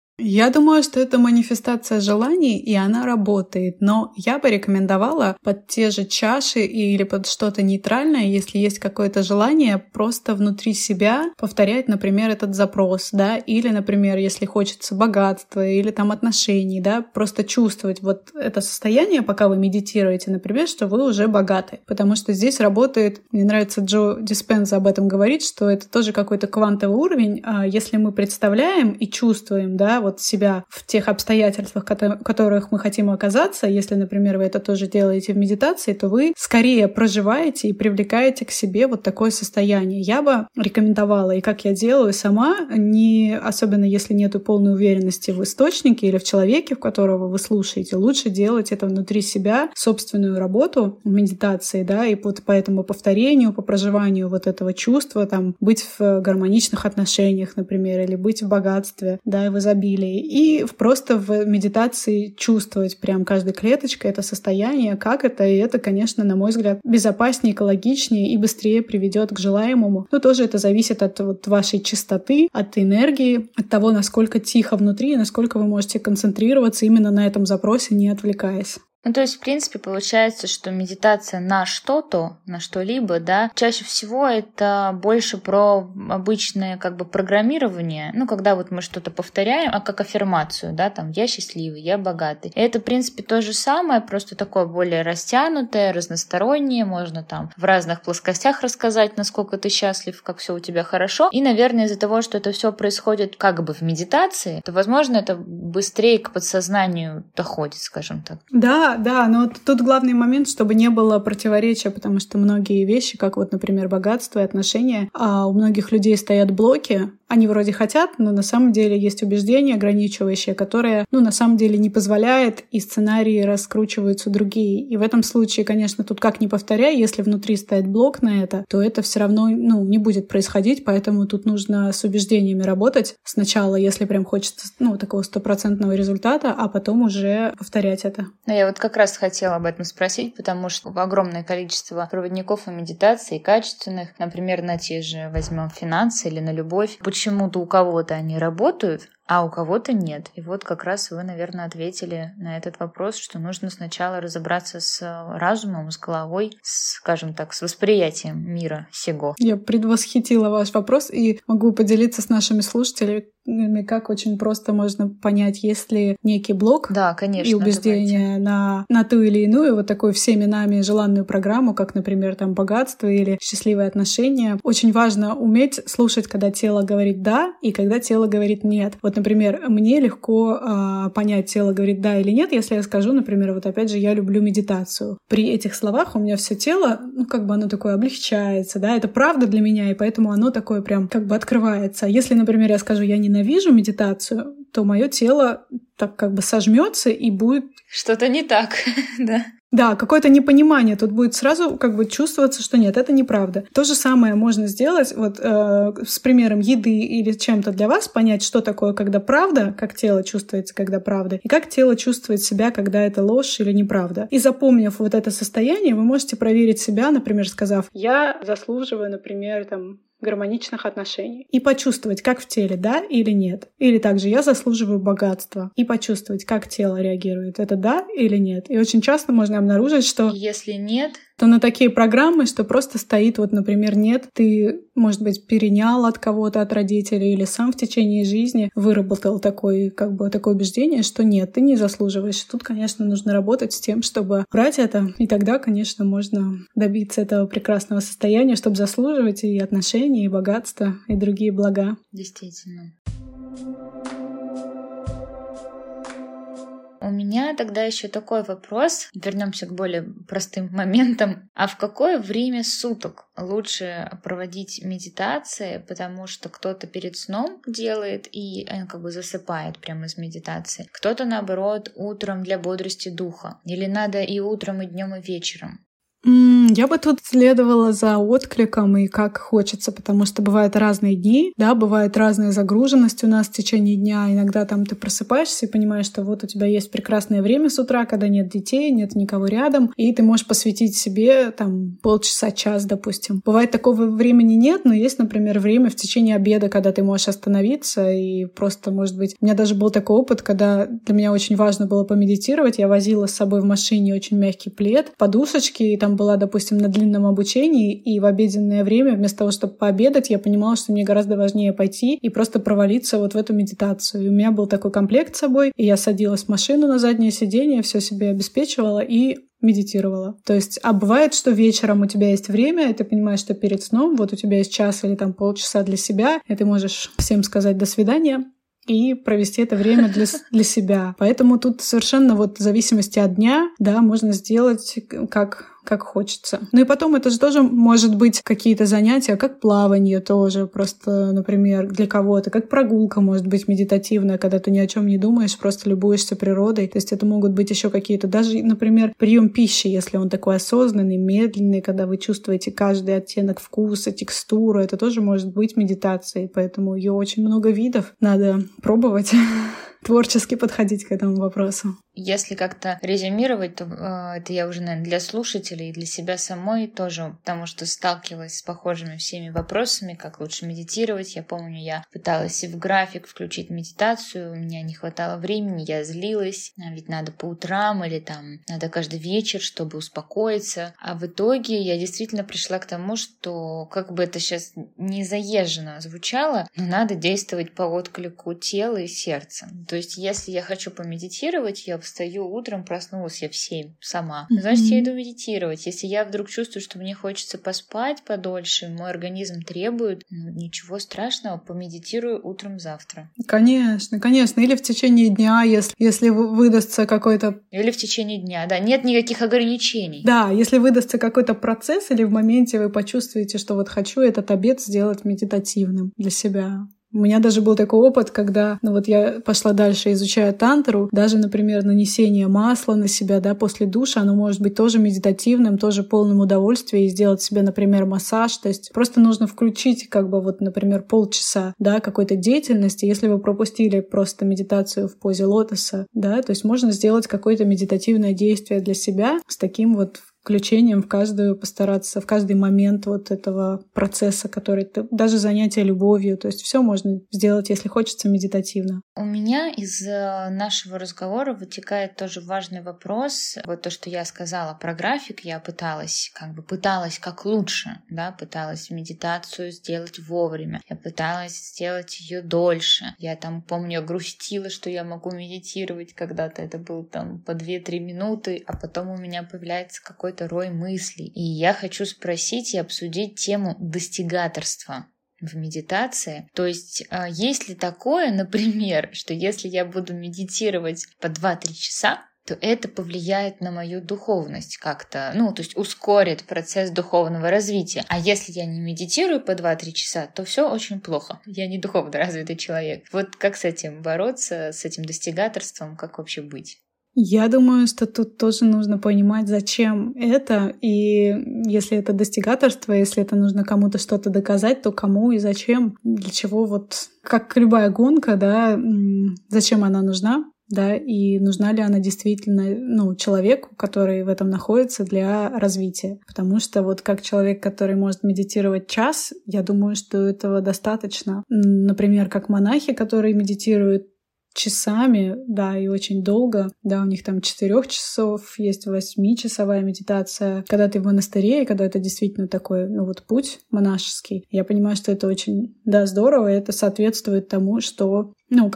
Я думаю, что это манифестация желаний, и она работает, но я бы рекомендовала под те же чаши или под что-то нейтральное, если есть какое-то желание, просто внутри себя повторять, например, этот запрос, да, или, например, если хочется богатства или там отношений, да, просто чувствовать вот это состояние, пока вы медитируете, например, что вы уже богаты, потому что здесь работает, мне нравится Джо Диспенза об этом говорит, что это тоже какой-то квантовый уровень, если мы представляем и чувствуем, да, вот себя в тех обстоятельствах, в которых мы хотим оказаться, если, например, вы это тоже делаете в медитации, то вы скорее проживаете и привлекаете к себе вот такое состояние. Я бы рекомендовала, и как я делаю сама, не особенно если нету полной уверенности в источнике или в человеке, в которого вы слушаете, лучше делать это внутри себя, собственную работу в медитации, да, и вот по этому повторению, по проживанию вот этого чувства, там, быть в гармоничных отношениях, например, или быть в богатстве, да, и в изобилии. И просто в медитации чувствовать прям каждой клеточкой это состояние, как это, и это, конечно, на мой взгляд, безопаснее, экологичнее и быстрее приведет к желаемому. Но тоже это зависит от вот вашей чистоты, от энергии, от того, насколько тихо внутри и насколько вы можете концентрироваться именно на этом запросе, не отвлекаясь. То есть, в принципе, получается, что медитация на что-то, на что-либо, да, чаще всего это больше про обычное программирование, когда вот мы что-то повторяем, а как аффирмацию, да, там, я счастливый, я богатый. И это, в принципе, то же самое, просто такое более растянутое, разностороннее, можно там в разных плоскостях рассказать, насколько ты счастлив, как все у тебя хорошо. И, наверное, из-за того, что это все происходит в медитации, то, возможно, это быстрее к подсознанию доходит, скажем так. Да, но тут главный момент, чтобы не было противоречия, потому что многие вещи, как вот, например, богатство и отношения, у многих людей стоят блоки, они вроде хотят, но на самом деле есть убеждения ограничивающие, которые, на самом деле не позволяют, и сценарии раскручиваются другие. И в этом случае, конечно, тут как ни повторяй, если внутри стоит блок на это, то это все равно, не будет происходить, поэтому тут нужно с убеждениями работать сначала, если прям хочется, такого 100% результата, а потом уже повторять это. Я вот как раз хотела об этом спросить, потому что огромное количество проводников и медитаций качественных, например, на те же возьмем финансы или на любовь, почему-то у кого-то они работают, а у кого-то нет. И вот как раз вы, наверное, ответили на этот вопрос, что нужно сначала разобраться с разумом, с головой, скажем так, с восприятием мира сего. Я предвосхитила ваш вопрос и могу поделиться с нашими слушателями, как очень просто можно понять, есть ли некий блок, да, конечно, и убеждение на ту или иную, вот такую всеми нами желанную программу, как, например, там богатство или счастливые отношения. Очень важно уметь слушать, когда тело говорит «да» и когда тело говорит «нет». Вот, например, мне легко понять, тело говорит «да» или «нет», если я скажу, например, вот опять же, я люблю медитацию. При этих словах у меня все тело, оно такое облегчается, да, это правда для меня, и поэтому оно такое прям открывается. Если, например, я скажу «я ненавижу медитацию», то мое тело так сожмется и будет... Что-то не так, да. Да, какое-то непонимание. Тут будет сразу чувствоваться, что нет, это неправда. То же самое можно сделать с примером еды или чем-то для вас, понять, что такое, когда правда, как тело чувствуется, когда правда, и как тело чувствует себя, когда это ложь или неправда. И запомнив вот это состояние, вы можете проверить себя, например, сказав: «Я заслуживаю, например, гармоничных отношений». И почувствовать, как в теле, да или нет. Или также «я заслуживаю богатства». И почувствовать, как тело реагирует. Это да или нет. И очень часто можно обнаружить, что... Если нет... то на такие программы, что просто стоит, например, «нет», ты, может быть, перенял от кого-то, от родителей, или сам в течение жизни выработал такое убеждение, что нет, ты не заслуживаешь. Тут, конечно, нужно работать с тем, чтобы брать это, и тогда, конечно, можно добиться этого прекрасного состояния, чтобы заслуживать и отношения, и богатство, и другие блага. Действительно. У меня тогда еще такой вопрос. Вернемся к более простым моментам. А в какое время суток лучше проводить медитации? Потому что кто-то перед сном делает и засыпает прямо из медитации. Кто-то, наоборот, утром для бодрости духа. Или надо и утром, и днем, и вечером? Я бы тут следовала за откликом и как хочется, потому что бывают разные дни, да, бывает разная загруженность у нас в течение дня. Иногда ты просыпаешься и понимаешь, что вот у тебя есть прекрасное время с утра, когда нет детей, нет никого рядом, и ты можешь посвятить себе полчаса, час, допустим. Бывает, такого времени нет, но есть, например, время в течение обеда, когда ты можешь остановиться и просто, может быть... У меня даже был такой опыт, когда для меня очень важно было помедитировать. Я возила с собой в машине очень мягкий плед, подушечки, и была, допустим, на длинном обучении, и в обеденное время, вместо того, чтобы пообедать, я понимала, что мне гораздо важнее пойти и просто провалиться в эту медитацию. И у меня был такой комплект с собой, и я садилась в машину на заднее сиденье, все себе обеспечивала и медитировала. То есть, а бывает, что вечером у тебя есть время, и ты понимаешь, что перед сном у тебя есть час или полчаса для себя, и ты можешь всем сказать «до свидания», и провести это время для себя. Поэтому тут совершенно в зависимости от дня, да, можно сделать как хочется. Ну и потом это же тоже может быть какие-то занятия, как плавание тоже, просто, например, для кого-то, как прогулка может быть медитативная, когда ты ни о чем не думаешь, просто любуешься природой. То есть это могут быть еще какие-то, даже, например, прием пищи, если он такой осознанный, медленный, когда вы чувствуете каждый оттенок вкуса, текстуру, это тоже может быть медитацией, поэтому ее очень много видов, надо пробовать творчески подходить к этому вопросу. Если как-то резюмировать, то это я уже, наверное, для слушателей и для себя самой тоже, потому что сталкивалась с похожими всеми вопросами, как лучше медитировать. Я помню, я пыталась и в график включить медитацию, у меня не хватало времени, я злилась, ведь надо по утрам или надо каждый вечер, чтобы успокоиться. А в итоге я действительно пришла к тому, что, как бы это сейчас не заезженно звучало, но надо действовать по отклику тела и сердца. То есть, если я хочу помедитировать, я встаю утром, проснулась я в 7 сама. Значит, я иду медитировать. Если я вдруг чувствую, что мне хочется поспать подольше, мой организм требует, ничего страшного, помедитирую утром завтра. Конечно, конечно. Или в течение дня, если выдастся какой-то... Или в течение дня, да. Нет никаких ограничений. Да, если выдастся какой-то процесс, или в моменте вы почувствуете, что хочу этот обед сделать медитативным для себя. У меня даже был такой опыт, когда, я пошла дальше, изучая тантру, даже, например, нанесение масла на себя, да, после душа, оно может быть тоже медитативным, тоже полным удовольствия, и сделать себе, например, массаж, то есть просто нужно включить, например, полчаса, да, какой-то деятельности, если вы пропустили просто медитацию в позе лотоса, да, то есть можно сделать какое-то медитативное действие для себя с таким включением в каждую постараться, в каждый момент вот этого процесса, который ты, даже занятие любовью, то есть все можно сделать, если хочется, медитативно. У меня из нашего разговора вытекает тоже важный вопрос. Вот то, что я сказала про график, я пыталась как лучше, да, пыталась медитацию сделать вовремя. Я пыталась сделать ее дольше. Я там, помню, грустила, что я могу медитировать когда-то. Это было там по 2-3 минуты, а потом у меня появляется какой-то рой мыслей. И я хочу спросить и обсудить тему достигаторства в медитации. То есть есть ли такое, например, что если я буду медитировать по 2-3 часа, то это повлияет на мою духовность как-то, то есть ускорит процесс духовного развития. А если я не медитирую по 2-3 часа, то все очень плохо. Я не духовно развитый человек. Вот как с этим бороться, с этим достигаторством, как вообще быть? Я думаю, что тут тоже нужно понимать, зачем это, и если это достигаторство, если это нужно кому-то что-то доказать, то кому и зачем, для чего вот, как любая гонка, да, зачем она нужна, да, и нужна ли она действительно, человеку, который в этом находится для развития. Потому что вот как человек, который может медитировать час, я думаю, что этого достаточно. Например, как монахи, которые медитируют часами, да, и очень долго. Да, у них там 4 часов, есть 8-часовая медитация. Когда ты в монастыре, и когда это действительно такой, путь монашеский, я понимаю, что это очень, да, здорово, и это соответствует тому, что,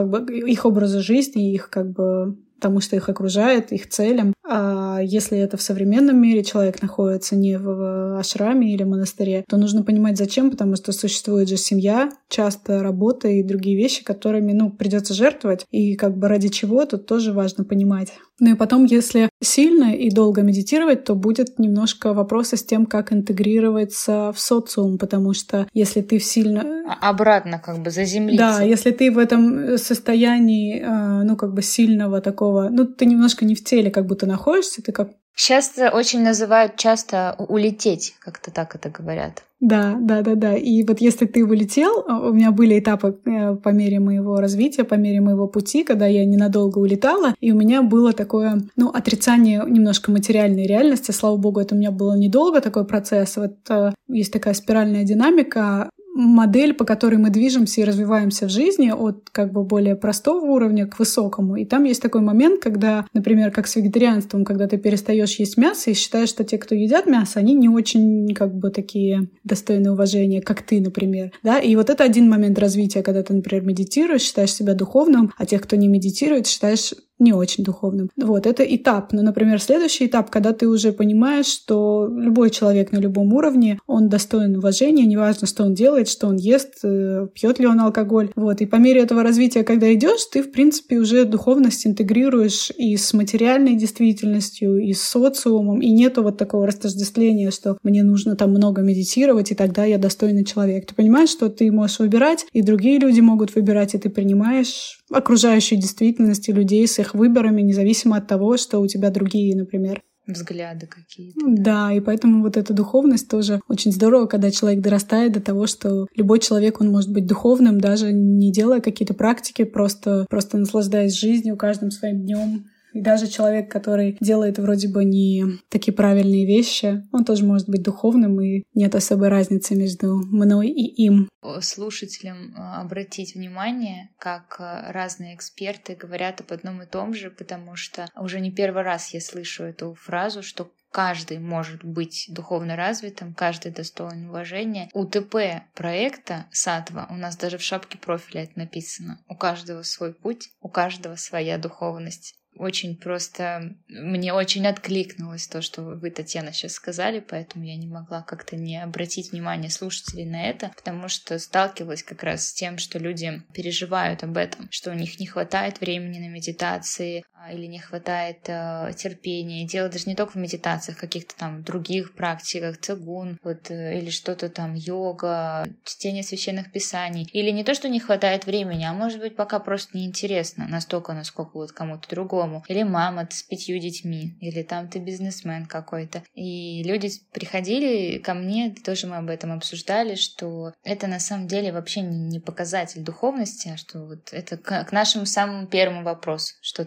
их образу жизни, их тому, что их окружает, их целям. А если это в современном мире человек находится не в ашраме или монастыре, то нужно понимать, зачем, потому что существует же семья, часто работа и другие вещи, которыми, придется жертвовать, и ради чего, тут тоже важно понимать. Ну и потом, если сильно и долго медитировать, то будет немножко вопроса с тем, как интегрироваться в социум, потому что если ты обратно заземлиться. Да, если ты в этом состоянии, сильного такого, ты немножко не в теле как будто находишься, ты как... Сейчас очень называют часто улететь, как-то так это говорят. Да. И вот если ты улетел, у меня были этапы по мере моего развития, по мере моего пути, когда я ненадолго улетала, и у меня было такое, отрицание немножко материальной реальности. Слава богу, это у меня было недолго, такой процесс. Вот есть такая спиральная динамика, модель, по которой мы движемся и развиваемся в жизни от более простого уровня к высокому. И там есть такой момент, когда, например, как с вегетарианством, когда ты перестаешь есть мясо и считаешь, что те, кто едят мясо, они не очень такие достойные уважения, как ты, например. Да? И вот это один момент развития, когда ты, например, медитируешь, считаешь себя духовным, а тех, кто не медитирует, считаешь не очень духовным. Вот, это этап. Но, например, следующий этап, когда ты уже понимаешь, что любой человек на любом уровне, он достоин уважения, неважно, что он делает, что он ест, пьет ли он алкоголь. Вот, и по мере этого развития, когда идешь, ты, в принципе, уже духовность интегрируешь и с материальной действительностью, и с социумом, и нету вот такого растождествления, что мне нужно там много медитировать, и тогда я достойный человек. Ты понимаешь, что ты можешь выбирать, и другие люди могут выбирать, и ты принимаешь окружающую действительность и людей с их выборами, независимо от того, что у тебя другие, например, взгляды какие-то. Да, и поэтому вот эта духовность тоже очень здорово, когда человек дорастает до того, что любой человек, он может быть духовным, даже не делая какие-то практики, просто наслаждаясь жизнью, каждым своим днем. И даже человек, который делает вроде бы не такие правильные вещи, он тоже может быть духовным, и нет особой разницы между мной и им. Слушателям обратить внимание, как разные эксперты говорят об одном и том же, потому что уже не первый раз я слышу эту фразу, что каждый может быть духовно развитым, каждый достоин уважения. У ТП проекта Сатва у нас даже в шапке профиля это написано. У каждого свой путь, у каждого своя духовность. Очень просто мне очень откликнулось то, что вы, Татьяна, сейчас сказали, поэтому я не могла как-то не обратить внимание слушателей на это, потому что сталкивалась как раз с тем, что люди переживают об этом, что у них не хватает времени на медитации или не хватает терпения. И дело даже не только в медитациях, каких-то там других практиках, цигун, или что-то там, йога, чтение священных писаний. Или не то, что не хватает времени, а может быть пока просто неинтересно настолько, насколько кому-то другому. Или мама с 5 детьми, или там ты бизнесмен какой-то. И люди приходили ко мне, тоже мы об этом обсуждали, что это на самом деле вообще не показатель духовности, а что это к нашему самому первому вопросу, что такое духовность.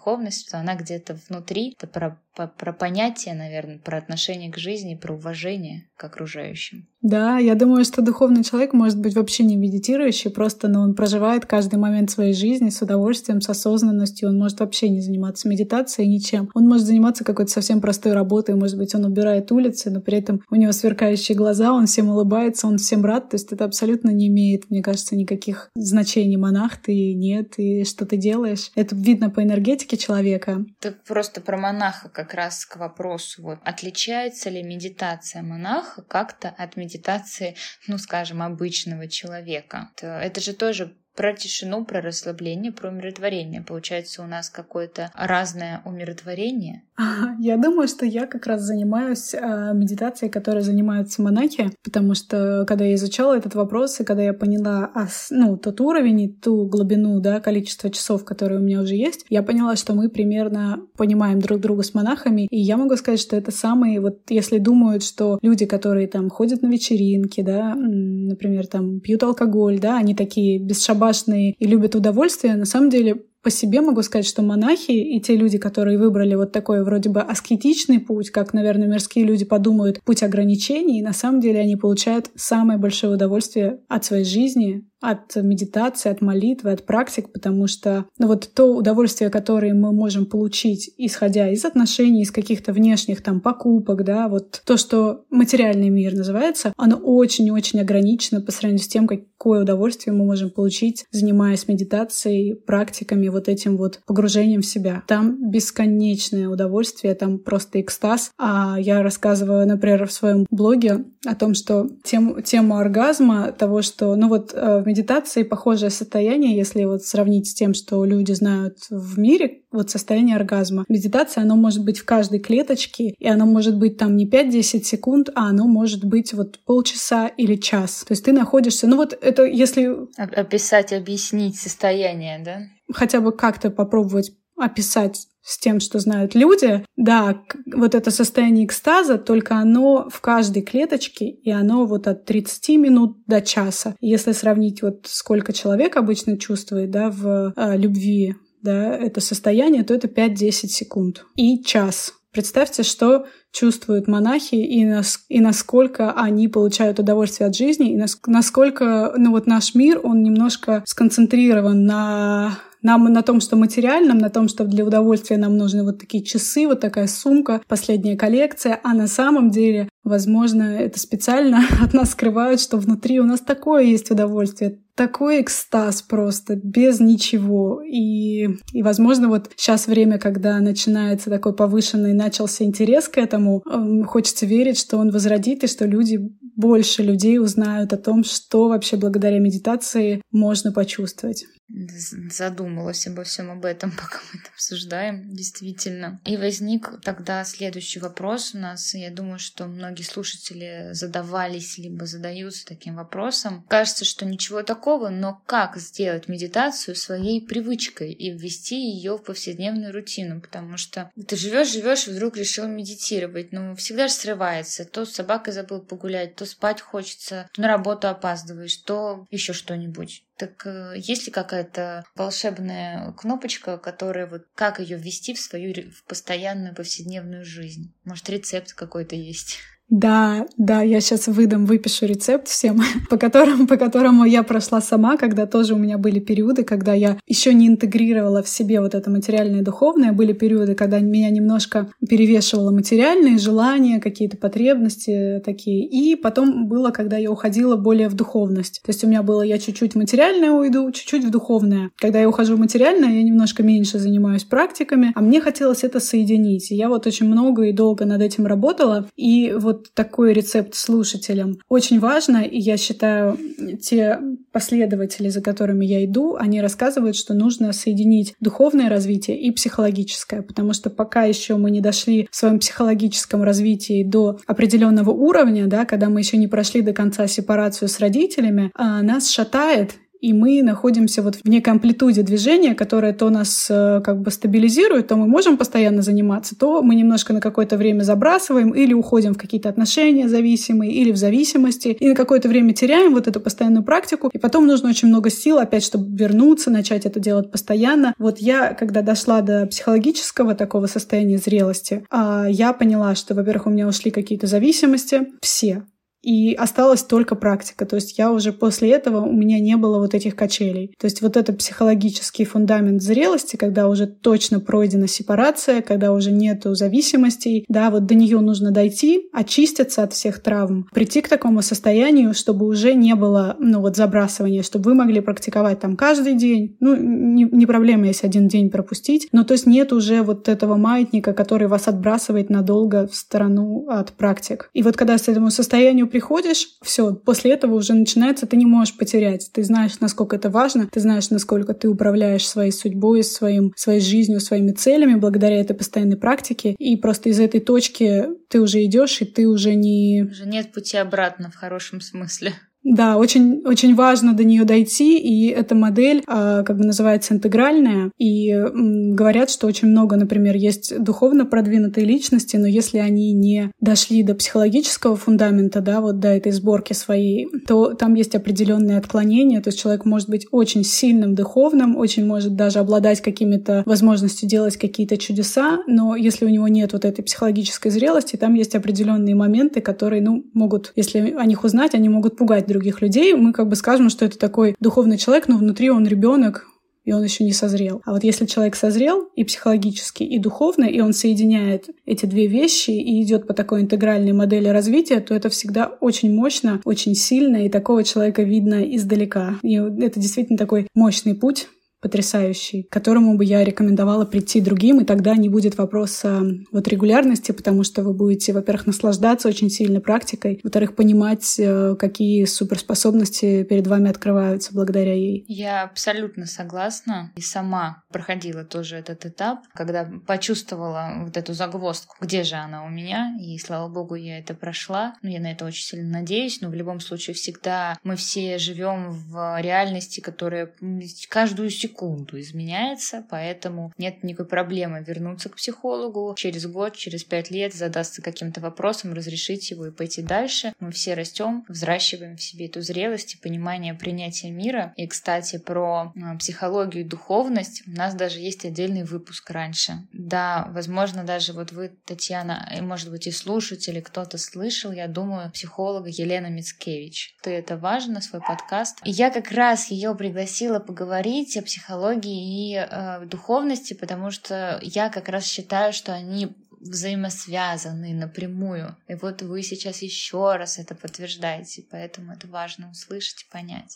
духовность, что она где-то внутри. Это про понятие, наверное, про отношение к жизни, про уважение к окружающим. Да, я думаю, что духовный человек может быть вообще не медитирующий, просто, он проживает каждый момент своей жизни с удовольствием, с осознанностью. Он может вообще не заниматься медитацией, ничем. Он может заниматься какой-то совсем простой работой. Может быть, он убирает улицы, но при этом у него сверкающие глаза, он всем улыбается, он всем рад. То есть это абсолютно не имеет, мне кажется, никаких значений, монах ты, нет, и что ты делаешь. Это видно по энергетике человека. Ты просто про монаха как раз к вопросу. Вот, отличается ли медитация монаха как-то от медитации, скажем, обычного человека? Это же тоже про тишину, про расслабление, про умиротворение. Получается, у нас какое-то разное умиротворение. Я думаю, что я как раз занимаюсь медитацией, которой занимаются монахи, потому что когда я изучала этот вопрос, и когда я поняла тот уровень и ту глубину, количество часов, которые у меня уже есть, я поняла, что мы примерно понимаем друг друга с монахами, и я могу сказать, что это самые, если думают, что люди, которые там ходят на вечеринки, например, там пьют алкоголь, они такие бесшабашные и любят удовольствие, на самом деле по себе могу сказать, что монахи и те люди, которые выбрали вот такой вроде бы аскетичный путь, как, наверное, мирские люди подумают, путь ограничений, и на самом деле они получают самое большое удовольствие от своей жизни, от медитации, от молитвы, от практик, потому что то удовольствие, которое мы можем получить, исходя из отношений, из каких-то внешних покупок, то, что материальный мир называется, оно очень-очень ограничено по сравнению с тем, какое удовольствие мы можем получить, занимаясь медитацией, практиками, этим погружением в себя. Там бесконечное удовольствие, там просто экстаз. А я рассказываю, например, в своем блоге о том, что тему оргазма, того, что, в медитации похожее состояние, если сравнить с тем, что люди знают в мире, состояние оргазма. Медитация, оно может быть в каждой клеточке, и оно может быть там не 5-10 секунд, а оно может быть полчаса или час. То есть ты находишься... это если... Описать, объяснить состояние, да? Хотя бы как-то попробовать описать с тем, что знают люди. Да, это состояние экстаза, только оно в каждой клеточке, и оно от 30 минут до часа. Если сравнить сколько человек обычно чувствует, в любви, это состояние, то это 5-10 секунд. И час. Представьте, что чувствуют монахи и насколько они получают удовольствие от жизни, и насколько наш мир, он немножко сконцентрирован на том, что материальном, на том, что для удовольствия нам нужны такие часы, такая сумка, последняя коллекция, а на самом деле, возможно, это специально от нас скрывают, что внутри у нас такое есть удовольствие, такой экстаз просто, без ничего. И возможно, сейчас время, когда начинается такой повышенный, начался интерес к этому, хочется верить, что он возродит, и что больше людей узнают о том, что вообще благодаря медитации можно почувствовать. Задумалась обо всем об этом, пока мы это обсуждаем, действительно. И возник тогда следующий вопрос у нас. Я думаю, что многие слушатели задавались, либо задаются таким вопросом. Кажется, что ничего такого, но как сделать медитацию своей привычкой и ввести ее в повседневную рутину? Потому что ты живешь и вдруг решил медитировать. Всегда же срывается. То с собакой забыл погулять, то спать хочется, то на работу опаздываешь, то еще что-нибудь. Так есть ли какая-то волшебная кнопочка, которая как ее ввести в свою в постоянную повседневную жизнь? Может, рецепт какой-то есть? Да, я сейчас выпишу рецепт всем, по которому я прошла сама, когда тоже у меня были периоды, когда я еще не интегрировала в себе это материальное и духовное. Были периоды, когда меня немножко перевешивало материальные желания, какие-то потребности такие. И потом было, когда я уходила более в духовность. То есть у меня было, я чуть-чуть в материальное уйду, чуть-чуть в духовное. Когда я ухожу в материальное, я немножко меньше занимаюсь практиками, а мне хотелось это соединить. И я очень много и долго над этим работала. И такой рецепт слушателям очень важно, и я считаю, те последователи, за которыми я иду, они рассказывают, что нужно соединить духовное развитие и психологическое, потому что пока еще мы не дошли в своем психологическом развитии до определенного уровня, когда мы еще не прошли до конца сепарацию с родителями, нас шатает. и мы находимся вот в некой амплитуде движения, которая то нас как бы стабилизирует, то мы можем постоянно заниматься, то мы немножко на какое-то время забрасываем или уходим в какие-то отношения зависимые или в зависимости, и на какое-то время теряем вот эту постоянную практику, и потом нужно очень много сил опять, чтобы вернуться, начать это делать постоянно. Вот я, когда дошла до психологического такого состояния зрелости, я поняла, что, во-первых, у меня ушли какие-то зависимости, все. И осталась только практика. То есть я уже после этого, у меня не было вот этих качелей. То есть вот это психологический фундамент зрелости, когда уже точно пройдена сепарация, когда уже нету зависимостей, да, вот до нее нужно дойти, очиститься от всех травм, прийти к такому состоянию, чтобы уже не было, забрасывания, чтобы вы могли практиковать там каждый день. Не проблема, если один день пропустить, но то есть нет уже вот этого маятника, который вас отбрасывает надолго в сторону от практик. И вот когда с этому состоянию приходишь, все, после этого уже начинается, ты не можешь потерять. Ты знаешь, насколько это важно, ты знаешь, насколько ты управляешь своей судьбой, своей жизнью, своими целями благодаря этой постоянной практике. И просто из этой точки ты уже идешь, и ты уже не... Уже нет пути обратно в хорошем смысле. Да, очень, очень важно до нее дойти, и эта модель называется интегральная, и говорят, что очень много, например, есть духовно продвинутые личности, но если они не дошли до психологического фундамента, да, вот до этой сборки своей, то там есть определенные отклонения, то есть человек может быть очень сильным духовным, очень может даже обладать какими-то возможностью делать какие-то чудеса, но если у него нет вот этой психологической зрелости, там есть определенные моменты, которые, могут, если о них узнать, они могут пугать других людей. Мы скажем, что это такой духовный человек, но внутри он ребенок, и он еще не созрел. А вот если человек созрел и психологически, и духовно, и он соединяет эти две вещи и идет по такой интегральной модели развития, то это всегда очень мощно, очень сильно, и такого человека видно издалека. И это действительно такой мощный путь, потрясающий, к которому бы я рекомендовала прийти другим, и тогда не будет вопроса регулярности, потому что вы будете, во-первых, наслаждаться очень сильной практикой, во-вторых, понимать, какие суперспособности перед вами открываются благодаря ей. Я абсолютно согласна и сама проходила тоже этот этап, когда почувствовала вот эту загвоздку, где же она у меня, и, слава богу, я это прошла. Я на это очень сильно надеюсь, но в любом случае всегда мы все живем в реальности, которая каждую секунду изменяется, поэтому нет никакой проблемы вернуться к психологу через год, через 5 лет, задаться каким-то вопросом, разрешить его и пойти дальше. Мы все растем, взращиваем в себе эту зрелость и понимание принятия мира. И, кстати, про психологию и духовность у нас даже есть отдельный выпуск раньше. Да, возможно, даже вы, Татьяна, и, может быть, и слушатели, кто-то слышал, я думаю, психолога Елена Мицкевич. Это важно, свой подкаст. И я как раз ее пригласила поговорить о психологии и духовности, потому что я как раз считаю, что они взаимосвязаны напрямую. И вы сейчас еще раз это подтверждаете, поэтому это важно услышать и понять.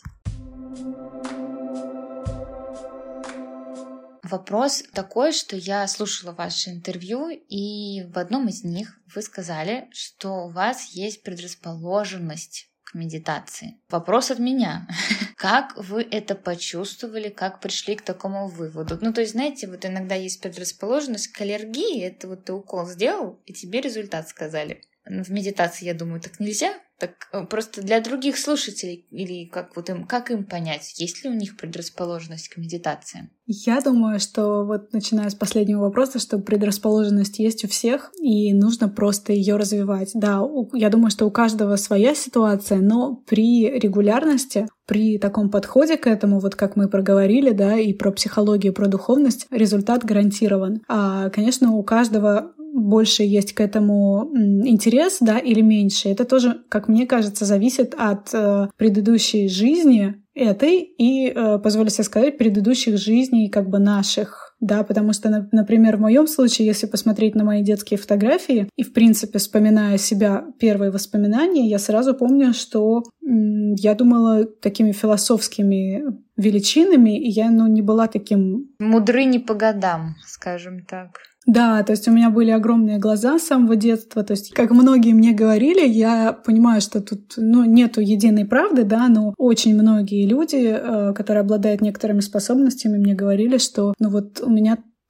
Вопрос такой, что я слушала ваше интервью, и в одном из них вы сказали, что у вас есть предрасположенность к медитации. Вопрос от меня. Как вы это почувствовали, как пришли к такому выводу? То есть, знаете, иногда есть предрасположенность к аллергии, это ты укол сделал, и тебе результат сказали. В медитации, я думаю, так нельзя. Так просто для других слушателей, или как им понять, есть ли у них предрасположенность к медитации? Я думаю, что начиная с последнего вопроса, что предрасположенность есть у всех, и нужно просто ее развивать. Да, я думаю, что у каждого своя ситуация, но при регулярности, при таком подходе к этому, как мы проговорили, да, и про психологию, и про духовность, результат гарантирован. Конечно, у каждого больше есть к этому интерес, да, или меньше. Это тоже, как мне кажется, зависит от предыдущей жизни этой и, позволю себе сказать, предыдущих жизней наших. Да, потому что, например, в моем случае, если посмотреть на мои детские фотографии и, в принципе, вспоминая себя, первые воспоминания, я сразу помню, что я думала такими философскими величинами, и я, не была таким... Мудры не по годам, скажем так. Да, то есть у меня были огромные глаза с самого детства. То есть, как многие мне говорили, я понимаю, что тут нету единой правды, да, но очень многие люди, которые обладают некоторыми способностями, мне говорили, что у меня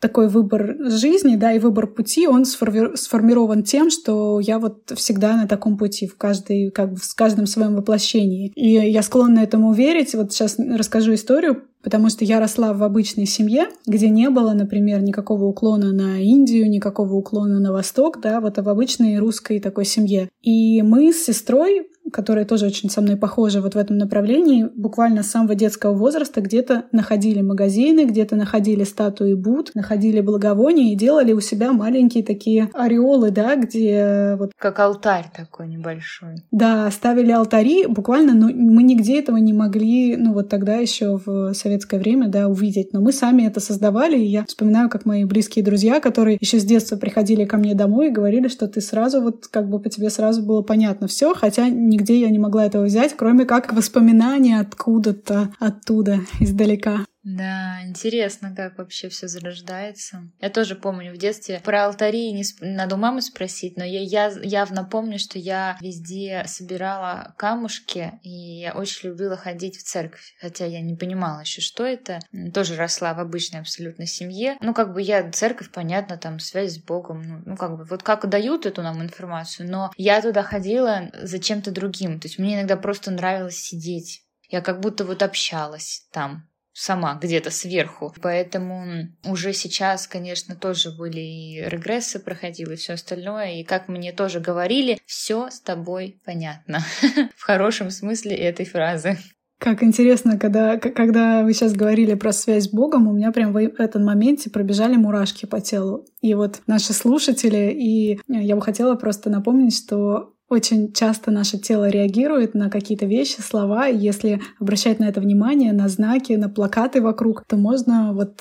такой выбор жизни, да, и выбор пути, он сформирован тем, что я вот всегда на таком пути, в каждом своем воплощении. И я склонна этому верить. Вот сейчас расскажу историю, потому что я росла в обычной семье, где не было, например, никакого уклона на Индию, никакого уклона на Восток, да, вот в обычной русской такой семье. И мы с сестрой, которая тоже очень со мной похожа вот в этом направлении, буквально с самого детского возраста где-то находили магазины, где-то находили статуи Будд, находили благовония и делали у себя маленькие такие ореолы, да, где вот... Как алтарь такой небольшой. Да, ставили алтари буквально, но мы нигде этого не могли, ну вот тогда еще в советское время, да, увидеть. Но мы сами это создавали, и я вспоминаю, как мои близкие друзья, которые еще с детства приходили ко мне домой и говорили, что ты сразу вот как бы по тебе сразу было понятно все, хотя нигде я не могла этого взять, кроме как воспоминания откуда-то, оттуда, издалека. Да, интересно, как вообще все зарождается. Я тоже помню в детстве про алтари надо у мамы спросить, но я явно помню, что я везде собирала камушки, и я очень любила ходить в церковь, хотя я не понимала еще, что это. Тоже росла в обычной абсолютно семье. Ну, как бы я церковь, понятно, там связь с Богом, ну как бы вот как дают эту нам информацию, но я туда ходила за чем-то другим. То есть мне иногда просто нравилось сидеть. Я как будто вот общалась там сама где-то сверху. Поэтому уже сейчас, конечно, тоже были и регрессы проходил, и все остальное. И как мне тоже говорили, все с тобой понятно. В хорошем смысле этой фразы. Как интересно, когда вы сейчас говорили про связь с Богом, у меня прям в этом моменте пробежали мурашки по телу. И вот наши слушатели, и я бы хотела просто напомнить, что очень часто наше тело реагирует на какие-то вещи, слова, и если обращать на это внимание, на знаки, на плакаты вокруг, то можно вот...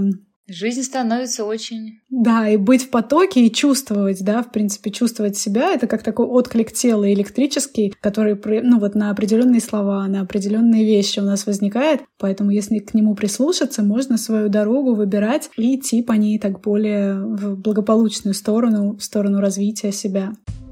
Жизнь становится очень... Да, и быть в потоке, и чувствовать, да, в принципе, чувствовать себя, это как такой отклик тела электрический, который, ну вот на определенные слова, на определенные вещи у нас возникает, поэтому если к нему прислушаться, можно свою дорогу выбирать и идти по ней так более в благополучную сторону, в сторону развития себя.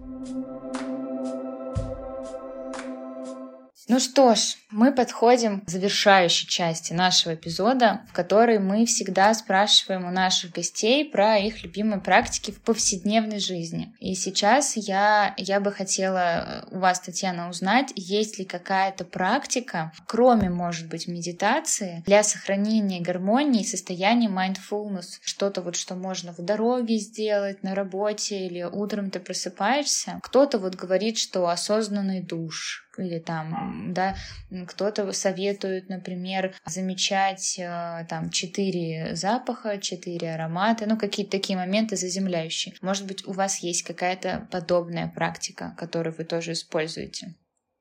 Ну что ж, мы подходим к завершающей части нашего эпизода, в которой мы всегда спрашиваем у наших гостей про их любимые практики в повседневной жизни. И сейчас я бы хотела у вас, Татьяна, узнать, есть ли какая-то практика, кроме, может быть, медитации, для сохранения гармонии и состояния mindfulness. Что-то вот, что можно в дороге сделать, на работе или утром ты просыпаешься. Кто-то вот говорит, что осознанный душ, или там, да, кто-то советует, например, замечать там 4 запаха, 4 аромата, ну, какие-то такие моменты заземляющие. Может быть, у вас есть какая-то подобная практика, которую вы тоже используете?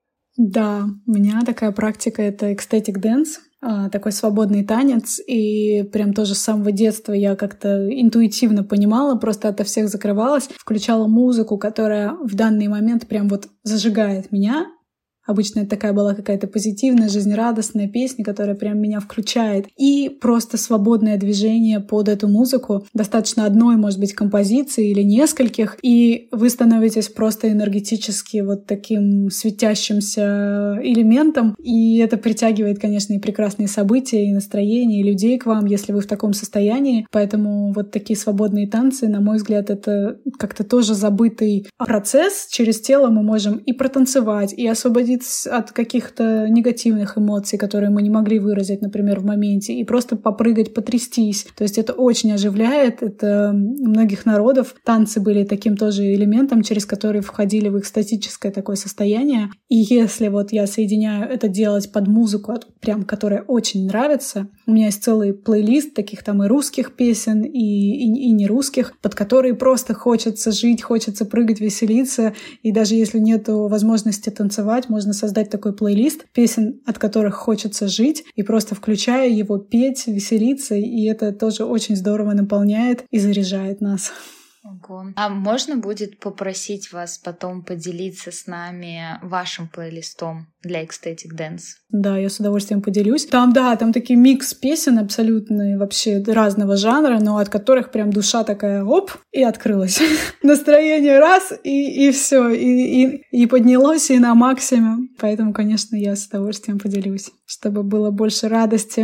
Да, у меня такая практика — это ecstatic dance, такой свободный танец, и прям тоже с самого детства я как-то интуитивно понимала, просто ото всех закрывалась, включала музыку, которая в данный момент прям вот зажигает меня. Обычно это такая была какая-то позитивная, жизнерадостная песня, которая прям меня включает. И просто свободное движение под эту музыку. Достаточно одной, может быть, композиции или нескольких. И вы становитесь просто энергетически вот таким светящимся элементом. И это притягивает, конечно, и прекрасные события, и настроение, и людей к вам, если вы в таком состоянии. Поэтому вот такие свободные танцы, на мой взгляд, это как-то тоже забытый процесс. Через тело мы можем и протанцевать, и освободить от каких-то негативных эмоций, которые мы не могли выразить, например, в моменте, и просто попрыгать, потрястись. То есть это очень оживляет. Это у многих народов танцы были таким тоже элементом, через который входили в экстатическое такое состояние. И если вот я соединяю это делать под музыку, прям которая очень нравится, у меня есть целый плейлист таких там и русских песен, и не русских, под которые просто хочется жить, хочется прыгать, веселиться. И даже если нету возможности танцевать, можно создать такой плейлист песен, от которых хочется жить, и просто включая его, петь, веселиться, и это тоже очень здорово наполняет и заряжает нас. Ого. А можно будет попросить вас потом поделиться с нами вашим плейлистом для Ecstatic Dance? Да, я с удовольствием поделюсь. Там такие микс песен абсолютно вообще разного жанра, но от которых прям душа такая оп, и открылась. Настроение раз, и все, и поднялось, и на максимум. Поэтому, конечно, я с удовольствием поделюсь, чтобы было больше радости.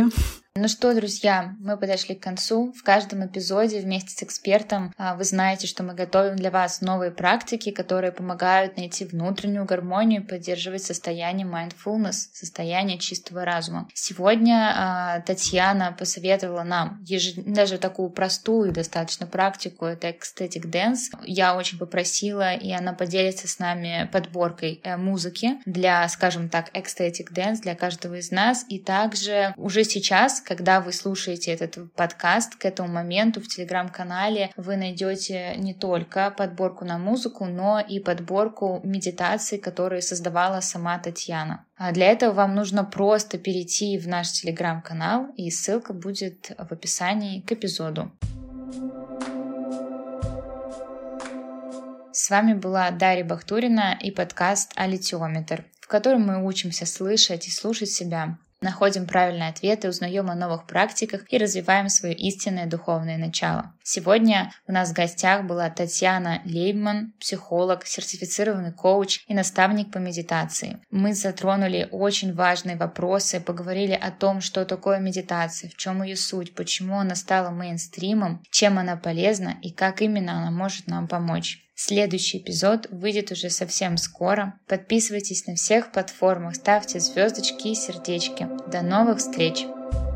Ну что, друзья, мы подошли к концу. В каждом эпизоде вместе с экспертом вы знаете, что мы готовим для вас новые практики, которые помогают найти внутреннюю гармонию и поддерживать состояние mindfulness, состояние чистого разума. Сегодня Татьяна посоветовала нам даже такую простую достаточно практику, это ecstatic dance. Я очень попросила, и она поделится с нами подборкой музыки для, скажем так, ecstatic dance для каждого из нас. И также уже сейчас, когда вы слушаете этот подкаст, к этому моменту в Телеграм-канале вы найдете не только подборку на музыку, но и подборку медитаций, которые создавала сама Татьяна. А для этого вам нужно просто перейти в наш Телеграм-канал, и ссылка будет в описании к эпизоду. С вами была Дарья Бахтурина и подкаст «Алитиометр», в котором мы учимся слышать и слушать себя, находим правильные ответы, узнаем о новых практиках и развиваем свое истинное духовное начало. Сегодня у нас в гостях была Татьяна Лейбман, психолог, сертифицированный коуч и наставник по медитации. Мы затронули очень важные вопросы, поговорили о том, что такое медитация, в чем ее суть, почему она стала мейнстримом, чем она полезна и как именно она может нам помочь. Следующий эпизод выйдет уже совсем скоро. Подписывайтесь на всех платформах, ставьте звездочки и сердечки. До новых встреч!